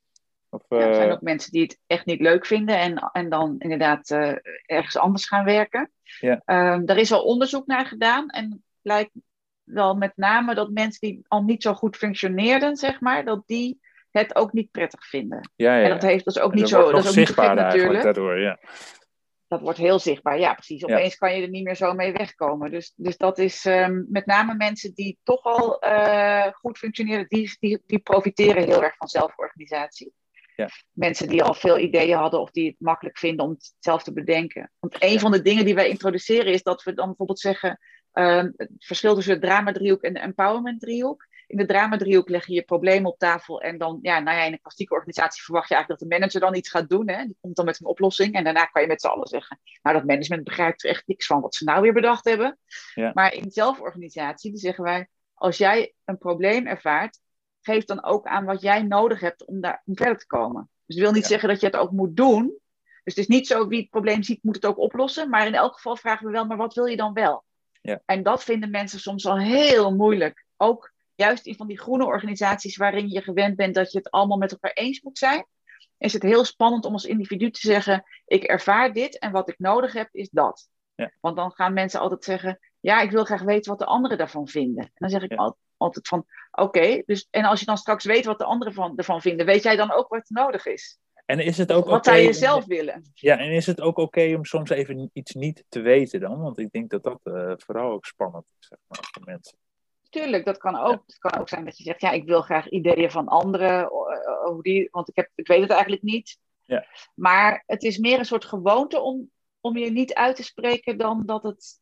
Speaker 2: Of, uh... ja, er zijn ook mensen die het echt niet leuk vinden en, en dan inderdaad uh, ergens anders gaan werken. Ja. Um, daar is al onderzoek naar gedaan en het blijkt wel met name dat mensen die al niet zo goed functioneerden, zeg maar, dat die het ook niet prettig vinden.
Speaker 3: Ja, ja,
Speaker 2: en dat heeft dus ook niet
Speaker 3: dat
Speaker 2: zo,
Speaker 3: wordt
Speaker 2: dat is ook niet gek natuurlijk.
Speaker 3: Daardoor, ja.
Speaker 2: Dat wordt heel zichtbaar, ja precies. Opeens ja. kan je er niet meer zo mee wegkomen. Dus, dus dat is um, met name mensen die toch al uh, goed functioneren, die, die, die profiteren heel erg van zelforganisatie. Ja. Mensen die al veel ideeën hadden of die het makkelijk vinden om het zelf te bedenken. Want een ja. van de dingen die wij introduceren is dat we dan bijvoorbeeld zeggen, um, het verschil tussen het drama-driehoek en de empowerment-driehoek. In de drama-driehoek leg je je probleem op tafel en dan, ja, nou ja, in een klassieke organisatie verwacht je eigenlijk dat de manager dan iets gaat doen. Hè? Die komt dan met een oplossing en daarna kan je met z'n allen zeggen, nou, dat management begrijpt er echt niks van wat ze nou weer bedacht hebben. Ja. Maar in zelforganisatie, die zeggen wij, als jij een probleem ervaart, geef dan ook aan wat jij nodig hebt om daar om verder te komen. Dus dat wil niet ja. zeggen dat je het ook moet doen. Dus het is niet zo, wie het probleem ziet, moet het ook oplossen. Maar in elk geval vragen we wel, maar wat wil je dan wel?
Speaker 3: Ja.
Speaker 2: En dat vinden mensen soms al heel moeilijk. Ook juist in van die groene organisaties waarin je gewend bent dat je het allemaal met elkaar eens moet zijn, is het heel spannend om als individu te zeggen, ik ervaar dit en wat ik nodig heb is dat.
Speaker 3: Ja.
Speaker 2: Want dan gaan mensen altijd zeggen, ja, ik wil graag weten wat de anderen daarvan vinden. En dan zeg ik
Speaker 3: Ja.
Speaker 2: al, altijd van, oké, okay, dus en als je dan straks weet wat de anderen van, ervan vinden, weet jij dan ook wat nodig is?
Speaker 3: En is het ook
Speaker 2: wat
Speaker 3: okay,
Speaker 2: zou je zelf willen?
Speaker 3: Ja, en is het ook oké okay om soms even iets niet te weten dan? Want ik denk dat dat uh, vooral ook spannend is, zeg maar, voor mensen.
Speaker 2: Tuurlijk, dat kan ook. Ja. Het kan ook zijn dat je zegt, ja, ik wil graag ideeën van anderen, uh, hoe die, want ik, heb, ik weet het eigenlijk niet.
Speaker 3: Ja.
Speaker 2: Maar het is meer een soort gewoonte om, om je niet uit te spreken dan dat het...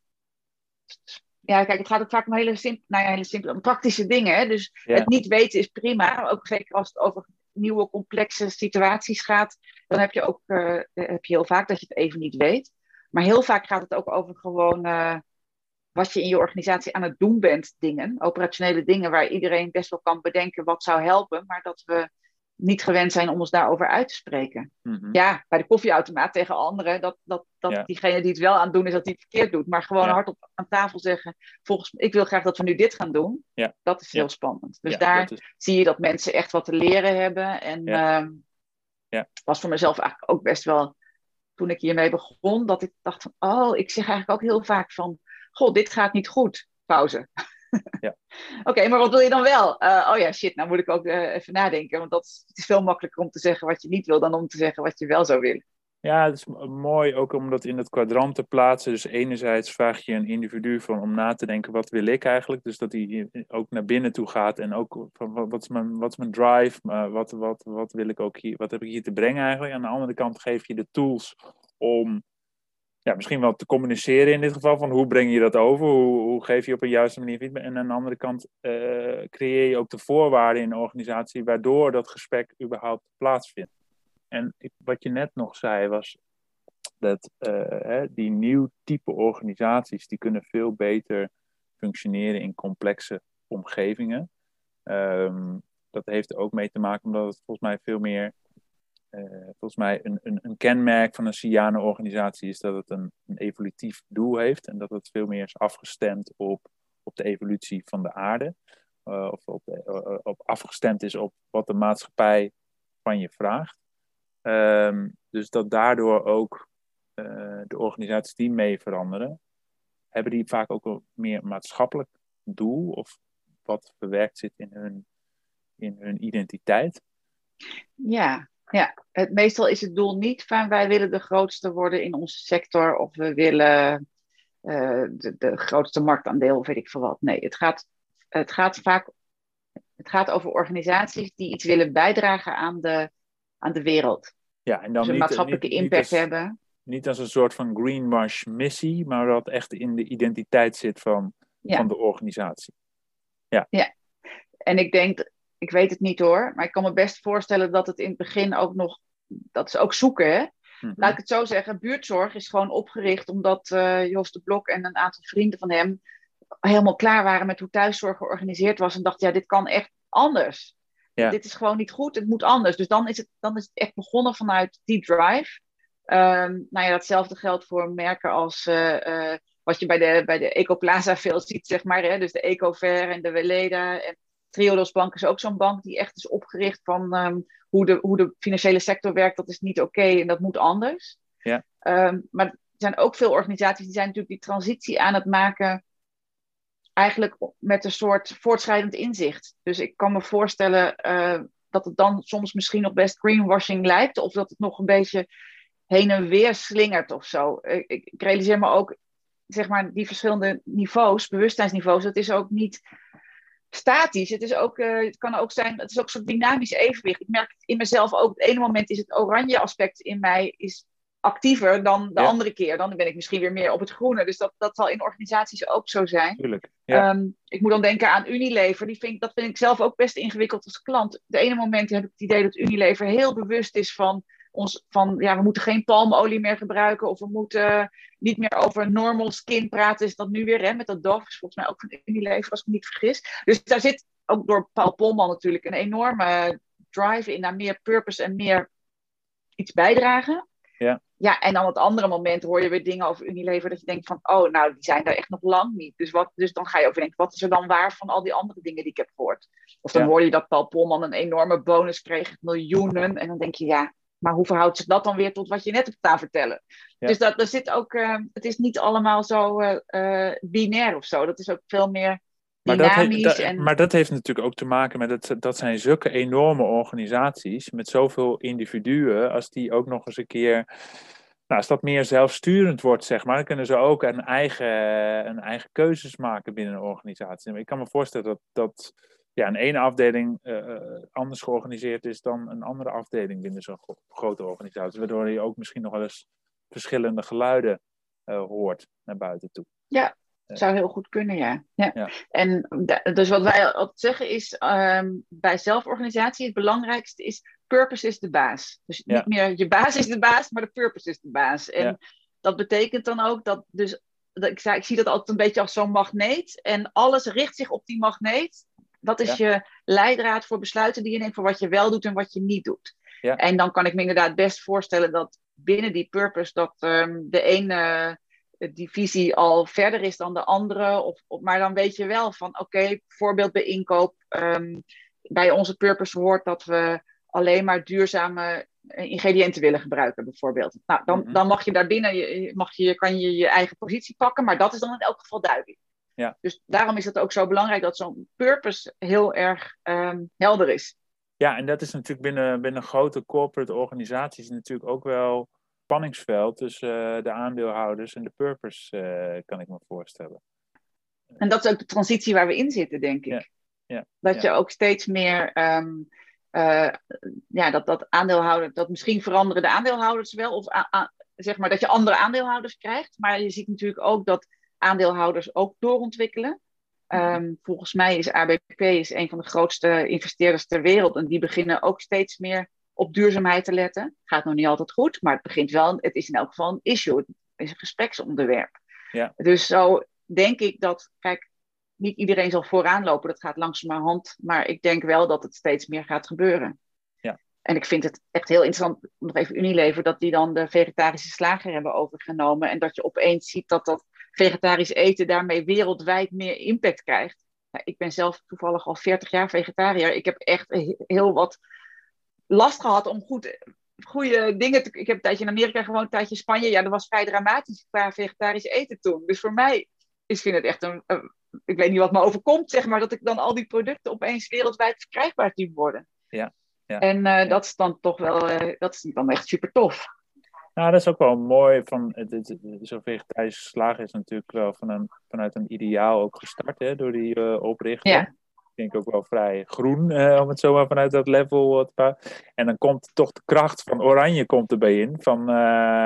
Speaker 2: Ja, kijk, het gaat ook vaak om hele simpele, nou ja, hele simpele, praktische dingen. Hè? Dus ja. Het niet weten is prima. Ook zeker als het over nieuwe, complexe situaties gaat. Dan heb je ook uh, heb je heel vaak dat je het even niet weet. Maar heel vaak gaat het ook over gewoon uh, wat je in je organisatie aan het doen bent, dingen. Operationele dingen waar iedereen best wel kan bedenken wat zou helpen. Maar dat we niet gewend zijn om ons daarover uit te spreken.
Speaker 3: Mm-hmm.
Speaker 2: Ja, bij de koffieautomaat tegen anderen, dat, dat, dat
Speaker 3: ja.
Speaker 2: diegene die het wel aan het doen is, dat hij het verkeerd doet. Maar gewoon
Speaker 3: ja.
Speaker 2: hardop aan tafel zeggen, volgens ik wil graag dat we nu dit gaan doen.
Speaker 3: Ja.
Speaker 2: Dat is heel
Speaker 3: ja.
Speaker 2: spannend. Dus
Speaker 3: ja,
Speaker 2: daar
Speaker 3: is...
Speaker 2: zie je dat mensen echt wat te leren hebben. En
Speaker 3: ja.
Speaker 2: uh,
Speaker 3: ja.
Speaker 2: was voor mezelf eigenlijk ook best wel, toen ik hiermee begon, dat ik dacht van, oh, ik zeg eigenlijk ook heel vaak van, goh, dit gaat niet goed. Pauze.
Speaker 3: Ja.
Speaker 2: Oké, okay, maar wat wil je dan wel? Uh, oh ja, shit, nou moet ik ook uh, even nadenken. Want dat is, het is veel makkelijker om te zeggen wat je niet wil dan om te zeggen wat je wel zou willen.
Speaker 3: Ja, het is mooi ook om dat in het kwadrant te plaatsen. Dus enerzijds vraag je een individu van om na te denken, wat wil ik eigenlijk? Dus dat hij ook naar binnen toe gaat en ook van wat is mijn, wat is mijn drive? Maar wat, wat, wat wil ik ook hier, wat heb ik hier te brengen eigenlijk? Aan de andere kant geef je de tools om ja, misschien wel te communiceren in dit geval, van hoe breng je dat over, hoe, hoe geef je op een juiste manier feedback. En aan de andere kant uh, creëer je ook de voorwaarden in de organisatie, waardoor dat gesprek überhaupt plaatsvindt. En ik, wat je net nog zei was, dat uh, hè, die nieuw type organisaties, die kunnen veel beter functioneren in complexe omgevingen. Um, dat heeft er ook mee te maken, omdat het volgens mij veel meer... Uh, volgens mij een, een, een kenmerk van een Cyano-organisatie is dat het een, een evolutief doel heeft en dat het veel meer is afgestemd op, op de evolutie van de aarde. Uh, of op, de, uh, op afgestemd is op wat de maatschappij van je vraagt. Um, dus dat daardoor ook uh, de organisaties die mee veranderen, hebben die vaak ook een meer maatschappelijk doel of wat verwerkt zit in hun, in hun identiteit.
Speaker 2: Ja. Ja, het, meestal is het doel niet van wij willen de grootste worden in onze sector of we willen uh, de, de grootste marktaandeel of weet ik veel wat. Nee, het gaat, het gaat vaak het gaat over organisaties die iets willen bijdragen aan de, aan de wereld.
Speaker 3: Ja, en dan
Speaker 2: dus een
Speaker 3: niet,
Speaker 2: maatschappelijke
Speaker 3: niet,
Speaker 2: impact
Speaker 3: niet als,
Speaker 2: hebben.
Speaker 3: Niet als een soort van greenwash missie, maar dat echt in de identiteit zit van,
Speaker 2: ja.
Speaker 3: van de organisatie. Ja.
Speaker 2: ja, en ik denk... Ik weet het niet hoor, maar ik kan me best voorstellen dat het in het begin ook nog... Dat is ook zoeken, hè? Mm-hmm. Laat ik het zo zeggen. Buurtzorg is gewoon opgericht omdat uh, Jos de Blok en een aantal vrienden van hem helemaal klaar waren met hoe thuiszorg georganiseerd was. En dachten, ja, dit kan echt anders. Ja. Dit is gewoon niet goed, het moet anders. Dus dan is het, dan is het echt begonnen vanuit die drive. Um, nou ja, datzelfde geldt voor merken als... Uh, uh, wat je bij de, bij de Ecoplaza veel ziet, zeg maar. Hè? Dus de Ecover en de Weleda en... Triodos Bank is ook zo'n bank die echt is opgericht van um, hoe, de, hoe de financiële sector werkt. Dat is niet oké okay en dat moet anders.
Speaker 3: Ja.
Speaker 2: Um, maar er zijn ook veel organisaties die zijn natuurlijk die transitie aan het maken. Eigenlijk met een soort voortschrijdend inzicht. Dus ik kan me voorstellen uh, dat het dan soms misschien nog best greenwashing lijkt. Of dat het nog een beetje heen en weer slingert of zo. Ik, ik, ik realiseer me ook, zeg maar, die verschillende niveaus, bewustzijnsniveaus. Dat is ook niet... statisch. Het, is ook, uh, het kan ook zijn, het is ook een soort dynamisch evenwicht. Ik merk het in mezelf ook. Op het ene moment is het oranje aspect in mij is actiever dan de ja. andere keer. Dan ben ik misschien weer meer op het groene. Dus dat, dat zal in organisaties ook zo zijn.
Speaker 3: Tuurlijk. Ja.
Speaker 2: Um, ik moet dan denken aan Unilever. Die vind, dat vind ik zelf ook best ingewikkeld als klant. De ene moment heb ik het idee dat Unilever heel bewust is van... Ons, van ja, we moeten geen palmolie meer gebruiken. Of we moeten niet meer over normal skin praten. Is dat nu weer, hè? Met dat Dove is volgens mij ook van Unilever, als ik me niet vergis. Dus daar zit ook door Paul Polman natuurlijk een enorme drive in naar meer purpose en meer iets bijdragen.
Speaker 3: Ja.
Speaker 2: ja, en dan het andere moment hoor je weer dingen over Unilever dat je denkt van, oh, nou, die zijn daar echt nog lang niet. Dus, wat, dus dan ga je overdenken, wat is er dan waar van al die andere dingen die ik heb gehoord? Of dan
Speaker 3: Ja.
Speaker 2: hoor je dat Paul Polman een enorme bonus kreeg, miljoenen. En dan denk je, ja, maar hoe verhoudt zich dat dan weer tot wat je net hebt staan vertellen?
Speaker 3: Ja.
Speaker 2: Dus dat, er zit ook, uh, het is niet allemaal zo uh, uh, binair of zo. Dat is ook veel meer
Speaker 3: Maar dat, he,
Speaker 2: dynamisch.
Speaker 3: dat,
Speaker 2: en...
Speaker 3: maar dat heeft natuurlijk ook te maken met, het, dat zijn zulke enorme organisaties met zoveel individuen, als die ook nog eens een keer, nou, als dat meer zelfsturend wordt, zeg maar, dan kunnen ze ook een eigen, een eigen keuzes maken binnen een organisatie. Ik kan me voorstellen dat, dat ja, een ene afdeling uh, anders georganiseerd is dan een andere afdeling binnen zo'n gro- grote organisatie, waardoor je ook misschien nog wel eens verschillende geluiden uh, hoort naar buiten toe.
Speaker 2: Ja. Zou heel goed kunnen, ja. ja.
Speaker 3: ja.
Speaker 2: En d- dus wat wij altijd zeggen is, um, bij zelforganisatie het belangrijkste is, purpose is de baas. Dus
Speaker 3: Ja.
Speaker 2: niet meer je baas is de baas, maar de purpose is de baas. En
Speaker 3: Ja.
Speaker 2: dat betekent dan ook dat, dus, dat ik, zei, ik zie dat altijd een beetje als zo'n magneet. En alles richt zich op die magneet. Dat is
Speaker 3: Ja.
Speaker 2: je leidraad voor besluiten die je neemt, voor wat je wel doet en wat je niet doet.
Speaker 3: Ja.
Speaker 2: En dan kan ik me inderdaad best voorstellen dat binnen die purpose, dat um, de ene die visie al verder is dan de andere. Of, of, maar dan weet je wel van, oké, okay, voorbeeld bij inkoop. Um, bij onze purpose hoort dat we alleen maar duurzame ingrediënten willen gebruiken, bijvoorbeeld. Nou, dan, mm-hmm. dan mag je daarbinnen, je, mag je, kan je je eigen positie pakken, maar dat is dan in elk geval duidelijk.
Speaker 3: Ja.
Speaker 2: Dus daarom is het ook zo belangrijk dat zo'n purpose heel erg um, helder is.
Speaker 3: Ja, en dat is natuurlijk binnen, binnen grote corporate organisaties natuurlijk ook wel spanningsveld tussen uh, de aandeelhouders en de purpose, uh, kan ik me voorstellen.
Speaker 2: En dat is ook de transitie waar we in zitten, denk ik.
Speaker 3: Ja. Ja.
Speaker 2: Dat
Speaker 3: ja.
Speaker 2: je ook steeds meer, um, uh, ja, dat, dat aandeelhouder, dat misschien veranderen de aandeelhouders wel, of a, a, zeg maar dat je andere aandeelhouders krijgt. Maar je ziet natuurlijk ook dat aandeelhouders ook doorontwikkelen. Um, volgens mij is A B P is een van de grootste investeerders ter wereld en die beginnen ook steeds meer op duurzaamheid te letten. Gaat nog niet altijd goed, maar het begint wel, het is in elk geval een issue, het is een gespreksonderwerp.
Speaker 3: Ja.
Speaker 2: Dus zo denk ik dat, kijk, niet iedereen zal vooraan lopen, dat gaat langzamerhand, maar ik denk wel dat het steeds meer gaat gebeuren.
Speaker 3: Ja.
Speaker 2: En ik vind het echt heel interessant, nog even Unilever, dat die dan de vegetarische slager hebben overgenomen en dat je opeens ziet dat dat vegetarisch eten daarmee wereldwijd meer impact krijgt. Ja, ik ben zelf toevallig al veertig jaar vegetariër. Ik heb echt heel wat last gehad om goed, goede dingen te... Ik heb een tijdje in Amerika gewoond, een tijdje in Spanje. Ja, dat was vrij dramatisch qua vegetarisch eten toen. Dus voor mij is vind het echt een... een ik weet niet wat me overkomt, zeg maar, dat ik dan al die producten opeens wereldwijd verkrijgbaar zie worden.
Speaker 3: Ja. Ja.
Speaker 2: En uh, ja. dat is dan toch wel... Uh, dat is dan echt super tof.
Speaker 3: Nou, dat is ook wel mooi. Van, het, het, het, zo'n vegetarische slager is natuurlijk wel van een, vanuit een ideaal ook gestart, hè, door die uh, oprichter.
Speaker 2: Ja.
Speaker 3: Ik denk ook wel vrij groen, uh, om het zo maar vanuit dat level te pakken. En dan komt toch de kracht van Oranje komt erbij in, van, uh,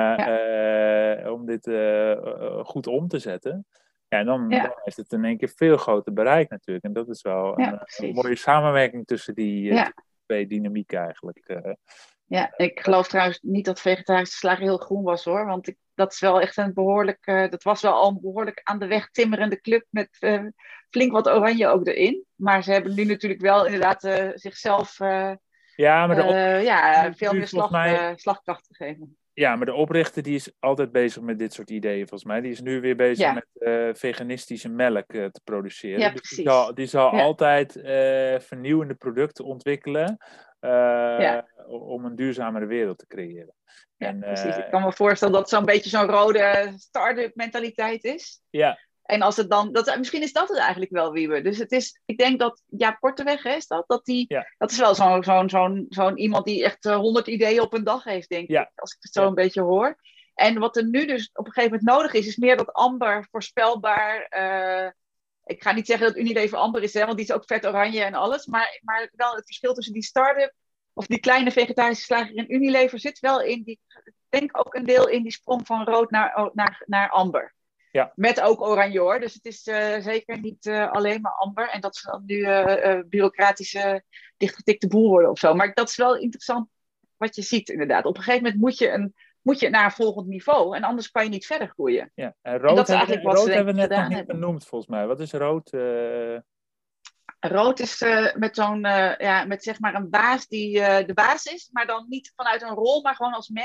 Speaker 3: ja. uh, om dit uh, uh, goed om te zetten. Ja, en dan,
Speaker 2: ja.
Speaker 3: dan heeft het in één keer veel groter bereik natuurlijk. En dat is wel
Speaker 2: ja,
Speaker 3: een, een mooie samenwerking tussen die uh,
Speaker 2: ja.
Speaker 3: twee dynamieken eigenlijk. Uh,
Speaker 2: Ja, ik geloof trouwens niet dat vegetarische slager heel groen was hoor. Want ik, dat is wel echt een behoorlijk... Uh, dat was wel al een behoorlijk aan de weg timmerende club met uh, flink wat oranje ook erin. Maar ze hebben nu natuurlijk wel inderdaad uh, zichzelf uh,
Speaker 3: ja, maar de op...
Speaker 2: uh, ja, veel
Speaker 3: nu,
Speaker 2: meer slag,
Speaker 3: mij...
Speaker 2: uh, slagkracht gegeven.
Speaker 3: Ja, maar de oprichter die is altijd bezig met dit soort ideeën volgens mij. Die is nu weer bezig ja. met uh, veganistische melk uh, te produceren.
Speaker 2: Ja,
Speaker 3: dus
Speaker 2: precies.
Speaker 3: die zal, die zal
Speaker 2: ja.
Speaker 3: altijd uh, vernieuwende producten ontwikkelen. Uh, ja. Om een duurzamere wereld te creëren.
Speaker 2: Ja,
Speaker 3: en,
Speaker 2: precies.
Speaker 3: Uh,
Speaker 2: ik kan me voorstellen dat het zo'n beetje zo'n rode start-up mentaliteit is.
Speaker 3: Ja.
Speaker 2: En als het dan, dat, misschien is dat het eigenlijk wel, Wiebe. Dus het is, ik denk dat Jaap Korteweg, hè, is dat, dat die,
Speaker 3: ja.
Speaker 2: dat is wel zo'n zo'n zo'n zo'n iemand die echt honderd uh, ideeën op een dag heeft, denk
Speaker 3: ja.
Speaker 2: ik. Als ik het zo
Speaker 3: ja.
Speaker 2: een beetje hoor. En wat er nu dus op een gegeven moment nodig is, is meer dat amber voorspelbaar. Uh, ik ga niet zeggen dat Unilever amber is, hè, want die is ook vet oranje en alles. Maar, maar wel het verschil tussen die start-up of die kleine vegetarische slager en Unilever zit wel in die, ik denk ook een deel in die sprong van rood naar, naar, naar amber.
Speaker 3: Ja.
Speaker 2: Met ook oranje hoor, dus het is uh, zeker niet uh, alleen maar amber. En dat ze dan nu uh, uh, bureaucratische dichtgetikte boel worden of zo. Maar dat is wel interessant wat je ziet inderdaad. Op een gegeven moment moet je, een, moet je naar een volgend niveau en anders kan je niet verder groeien.
Speaker 3: Ja. En rood,
Speaker 2: en dat is
Speaker 3: hebben,
Speaker 2: eigenlijk wat
Speaker 3: rood
Speaker 2: ze
Speaker 3: hebben we net nog niet
Speaker 2: hebben.
Speaker 3: benoemd volgens mij. Wat is rood? Uh...
Speaker 2: Rood is uh, met zo'n, uh, ja, met zeg maar een baas die uh, de baas is, maar dan niet vanuit een rol, maar gewoon als mens.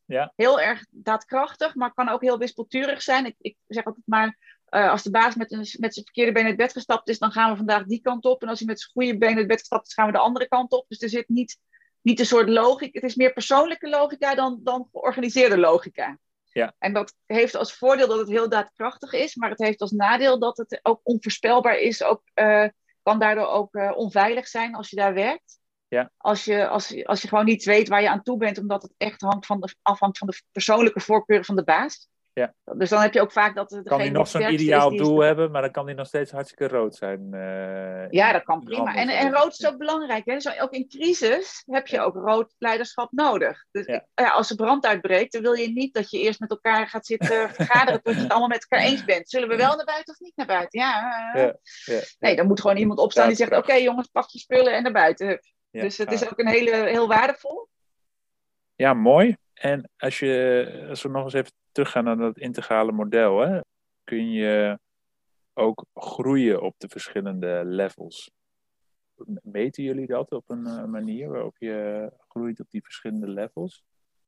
Speaker 3: Ja.
Speaker 2: Heel erg daadkrachtig, maar kan ook heel wispelturig zijn. Ik, ik zeg altijd maar, uh, als de baas met, een, met zijn verkeerde been uit bed gestapt is, dan gaan we vandaag die kant op. En als hij met zijn goede been uit bed gestapt is, gaan we de andere kant op. Dus er zit niet, niet een soort logica. Het is meer persoonlijke logica dan, dan georganiseerde logica.
Speaker 3: Ja.
Speaker 2: En dat heeft als voordeel dat het heel daadkrachtig is, maar het heeft als nadeel dat het ook onvoorspelbaar is. Ook, uh, kan daardoor ook uh, onveilig zijn als je daar werkt.
Speaker 3: Ja.
Speaker 2: Als, je, als, je, als je gewoon niet weet waar je aan toe bent, omdat het echt hangt van de, afhangt van de persoonlijke voorkeuren van de baas.
Speaker 3: Ja.
Speaker 2: Dus dan heb je ook vaak dat degene
Speaker 3: kan hij nog zo'n ideaal is, doel is... hebben, maar dan kan hij nog steeds hartstikke rood zijn. Uh,
Speaker 2: ja, dat kan prima. En, en rood is ook belangrijk. Hè? Dus ook in crisis heb je ja. ook rood leiderschap nodig. Dus
Speaker 3: ja.
Speaker 2: ja, als er brand uitbreekt, dan wil je niet dat je eerst met elkaar gaat zitten vergaderen tot je het allemaal met elkaar eens bent. Zullen we wel naar buiten of niet naar buiten? Ja. Uh,
Speaker 3: ja. ja.
Speaker 2: Nee, dan moet gewoon iemand opstaan die zegt, oké okay, jongens, pak je spullen en naar buiten. Ja, dus het is ook een hele, heel waardevol.
Speaker 3: Ja, mooi. En als, je, als we nog eens even teruggaan naar dat integrale model, hè, kun je ook groeien op de verschillende levels. Meten jullie dat op een uh, manier waarop je groeit op die verschillende levels?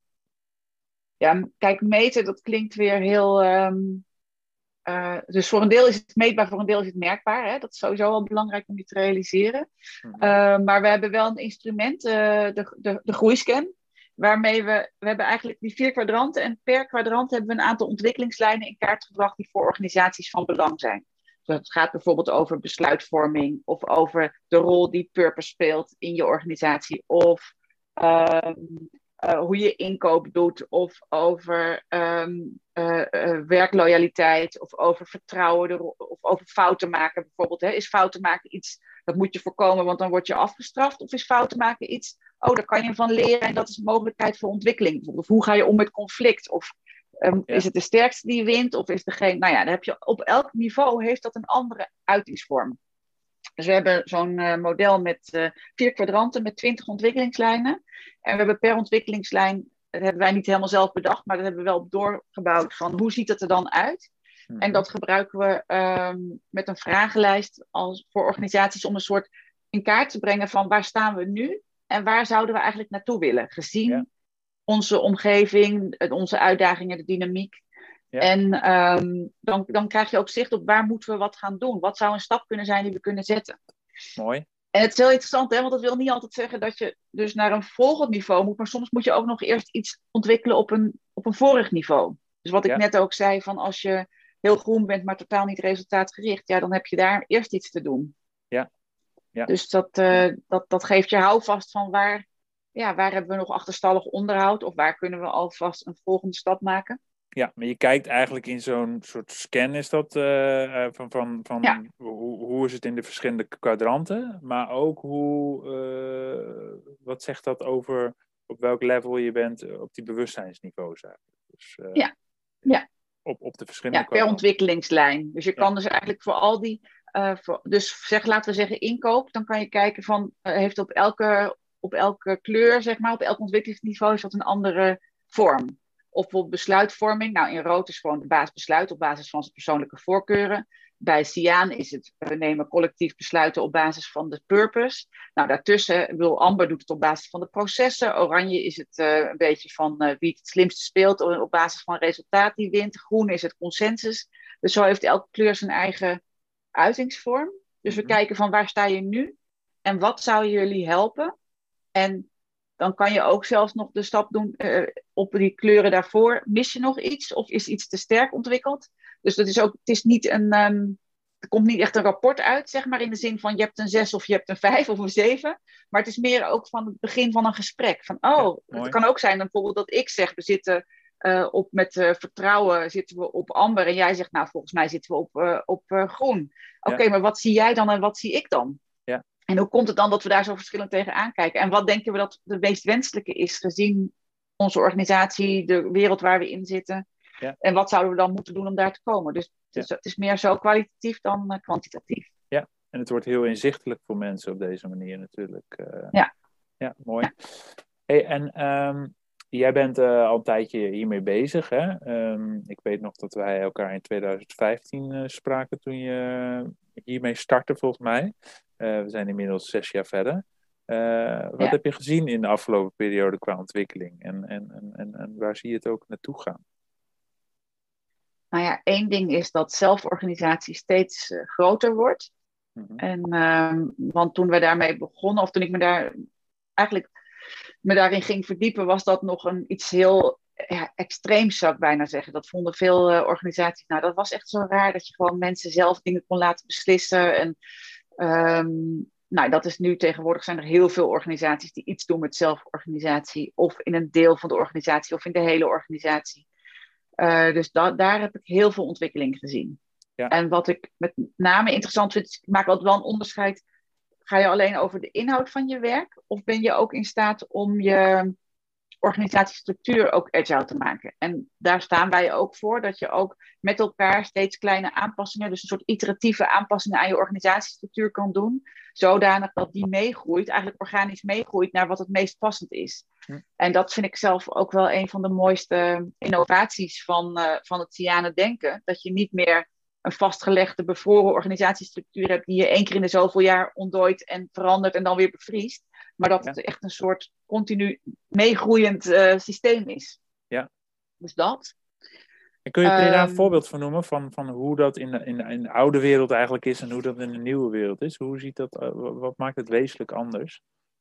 Speaker 2: Ja, kijk, meten, dat klinkt weer heel... Um, uh, dus voor een deel is het meetbaar, voor een deel is het merkbaar. Hè? Dat is sowieso wel belangrijk om je te realiseren. Mm-hmm. Uh, maar we hebben wel een instrument, uh, de, de, de groeiscan, waarmee we, we hebben eigenlijk die vier kwadranten en per kwadrant hebben we een aantal ontwikkelingslijnen in kaart gebracht die voor organisaties van belang zijn. Dus het gaat bijvoorbeeld over besluitvorming of over de rol die purpose speelt in je organisatie of uh, uh, hoe je inkoop doet of over um, uh, uh, werkloyaliteit of over vertrouwen of over fouten maken bijvoorbeeld. Hè. Is fouten maken iets, dat moet je voorkomen want dan word je afgestraft, of is fouten maken iets, oh daar kan je van leren en dat is een mogelijkheid voor ontwikkeling. Of hoe ga je om met conflict of Um, ja. Is het de sterkste die wint? Of is degene... Nou ja, dan heb je op elk niveau heeft dat een andere uitingsvorm. Dus we hebben zo'n uh, model met uh, vier kwadranten met twintig ontwikkelingslijnen. En we hebben per ontwikkelingslijn, dat hebben wij niet helemaal zelf bedacht, maar dat hebben we wel doorgebouwd van hoe ziet het er dan uit? Mm-hmm. En dat gebruiken we um, met een vragenlijst als, voor organisaties om een soort in kaart te brengen van waar staan we nu? En waar zouden we eigenlijk naartoe willen? Gezien... Ja. Onze omgeving, onze uitdagingen, de dynamiek. Ja. En um, dan, dan krijg je ook zicht op waar moeten we wat gaan doen. Wat zou een stap kunnen zijn die we kunnen zetten.
Speaker 3: Mooi.
Speaker 2: En het is heel interessant, hè? Want dat wil niet altijd zeggen dat je dus naar een volgend niveau moet. Maar soms moet je ook nog eerst iets ontwikkelen op een, op een vorig niveau. Dus wat ik ja. net ook zei, van als je heel groen bent, maar totaal niet resultaatgericht. Ja, dan heb je daar eerst iets te doen.
Speaker 3: Ja. Ja.
Speaker 2: Dus dat, uh, dat, dat geeft je houvast van waar... Ja, waar hebben we nog achterstallig onderhoud? Of waar kunnen we alvast een volgende stap maken?
Speaker 3: Ja, maar je kijkt eigenlijk in zo'n soort scan is dat uh, van, van, van
Speaker 2: ja.
Speaker 3: hoe, hoe is het in de verschillende kwadranten, maar ook hoe, uh, wat zegt dat over op welk level je bent op die bewustzijnsniveaus eigenlijk. Dus, uh,
Speaker 2: ja, ja.
Speaker 3: Op, op de verschillende
Speaker 2: ja, per ontwikkelingslijn. Dus je ja. kan dus eigenlijk voor al die, uh, voor, dus zeg, laten we zeggen inkoop, dan kan je kijken van, uh, heeft op elke... op elke kleur, zeg maar, op elk ontwikkelingsniveau is dat een andere vorm. Of bijvoorbeeld besluitvorming. Nou, in rood is gewoon de baas besluit op basis van zijn persoonlijke voorkeuren. Bij cyaan is het, we nemen collectief besluiten op basis van de purpose. Nou, daartussen, ik bedoel, amber doet het op basis van de processen. Oranje is het uh, een beetje van uh, wie het slimste speelt op basis van resultaat die wint. Groen is het consensus. Dus zo heeft elke kleur zijn eigen uitingsvorm. Dus we mm-hmm. kijken van waar sta je nu? En wat zou jullie helpen? En dan kan je ook zelfs nog de stap doen uh, op die kleuren daarvoor. Mis je nog iets of is iets te sterk ontwikkeld? Dus dat is ook, het is niet een, um, er komt niet echt een rapport uit, zeg maar, in de zin van je hebt een zes of je hebt een vijf of een zeven. Maar het is meer ook van het begin van een gesprek. Van, oh, ja, het kan ook zijn dan bijvoorbeeld dat ik zeg, we zitten uh, op met uh, vertrouwen, zitten we op amber. En jij zegt, nou, volgens mij zitten we op, uh, op uh, groen. Oké, okay, ja. Maar wat zie jij dan en wat zie ik dan?
Speaker 3: Ja.
Speaker 2: En hoe komt het dan dat we daar zo verschillend tegen aankijken? En wat denken we dat de meest wenselijke is, gezien onze organisatie, de wereld waar we in zitten?
Speaker 3: Ja.
Speaker 2: En wat zouden we dan moeten doen om daar te komen? Dus het is,
Speaker 3: ja.
Speaker 2: het is meer zo kwalitatief dan uh, kwantitatief.
Speaker 3: Ja, en het wordt heel inzichtelijk voor mensen op deze manier natuurlijk. Uh,
Speaker 2: ja.
Speaker 3: Ja, mooi.
Speaker 2: Ja.
Speaker 3: Hey, en um, jij bent uh, al een tijdje hiermee bezig, hè? Um, ik weet nog dat wij elkaar in twintig vijftien uh, spraken toen je hiermee startte, volgens mij. Uh, we zijn inmiddels zes jaar verder. Uh, wat
Speaker 2: ja.
Speaker 3: heb je gezien in de afgelopen periode qua ontwikkeling? En, en, en, en waar zie je het ook naartoe gaan?
Speaker 2: Nou ja, één ding is dat zelforganisatie steeds uh, groter wordt. Mm-hmm. En, uh, want toen we daarmee begonnen, of toen ik me daar eigenlijk me daarin ging verdiepen, was dat nog een iets heel ja, extreems, zou ik bijna zeggen. Dat vonden veel uh, organisaties. Nou, dat was echt zo raar dat je gewoon mensen zelf dingen kon laten beslissen. En um, nou, dat is nu tegenwoordig zijn er heel veel organisaties die iets doen met zelforganisatie, of in een deel van de organisatie, of in de hele organisatie. Uh, dus da- daar heb ik heel veel ontwikkeling gezien. Ja. En wat ik met name interessant vind, is, ik maak altijd wel een onderscheid. Ga je alleen over de inhoud van je werk? Of ben je ook in staat om je organisatiestructuur ook agile te maken? En daar staan wij ook voor, dat je ook met elkaar steeds kleine aanpassingen, dus een soort iteratieve aanpassingen aan je organisatiestructuur kan doen, zodanig dat die meegroeit, eigenlijk organisch meegroeit naar wat het meest passend is. Hm. En dat vind ik zelf ook wel een van de mooiste innovaties van, uh, van het Cyane denken, dat je niet meer een vastgelegde, bevroren organisatiestructuur hebt die je één keer in de zoveel jaar ontdooit en verandert en dan weer bevriest. Maar dat het ja. echt een soort continu meegroeiend uh, systeem is.
Speaker 3: Ja.
Speaker 2: Dus dat.
Speaker 3: En kun je, kun je daar um, een voorbeeld van noemen van, van hoe dat in de, in, de, in de oude wereld eigenlijk is en hoe dat in de nieuwe wereld is? Hoe ziet dat, uh, wat maakt het wezenlijk anders?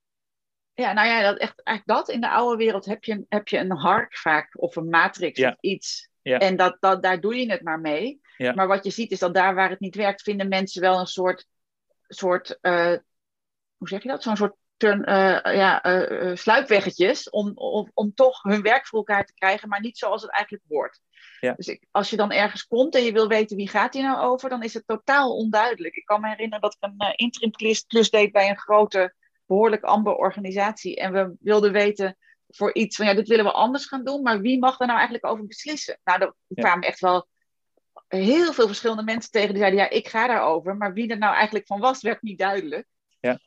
Speaker 2: Ja, nou ja, dat echt, eigenlijk dat. In de oude wereld heb je, heb je een hark vaak of een matrix ja. of iets. Ja. En dat, dat, daar doe je het maar mee. Ja. Maar wat je ziet is dat daar waar het niet werkt, vinden mensen wel een soort, soort uh, hoe zeg je dat? Zo'n soort turn, uh, ja, uh, uh, sluipweggetjes om, om, om toch hun werk voor elkaar te krijgen, maar niet zoals het eigenlijk hoort. Ja. Dus ik, als je dan ergens komt en je wil weten wie gaat hier nou over, dan is het totaal onduidelijk. Ik kan me herinneren dat ik een uh, interim klus, klus deed bij een grote, behoorlijk amber organisatie en we wilden weten voor iets van ja, dit willen we anders gaan doen, maar wie mag daar nou eigenlijk over beslissen? Nou, er ja. kwamen echt wel heel veel verschillende mensen tegen die zeiden ja, ik ga daarover, maar wie er nou eigenlijk van was, werd niet duidelijk.
Speaker 3: Ja.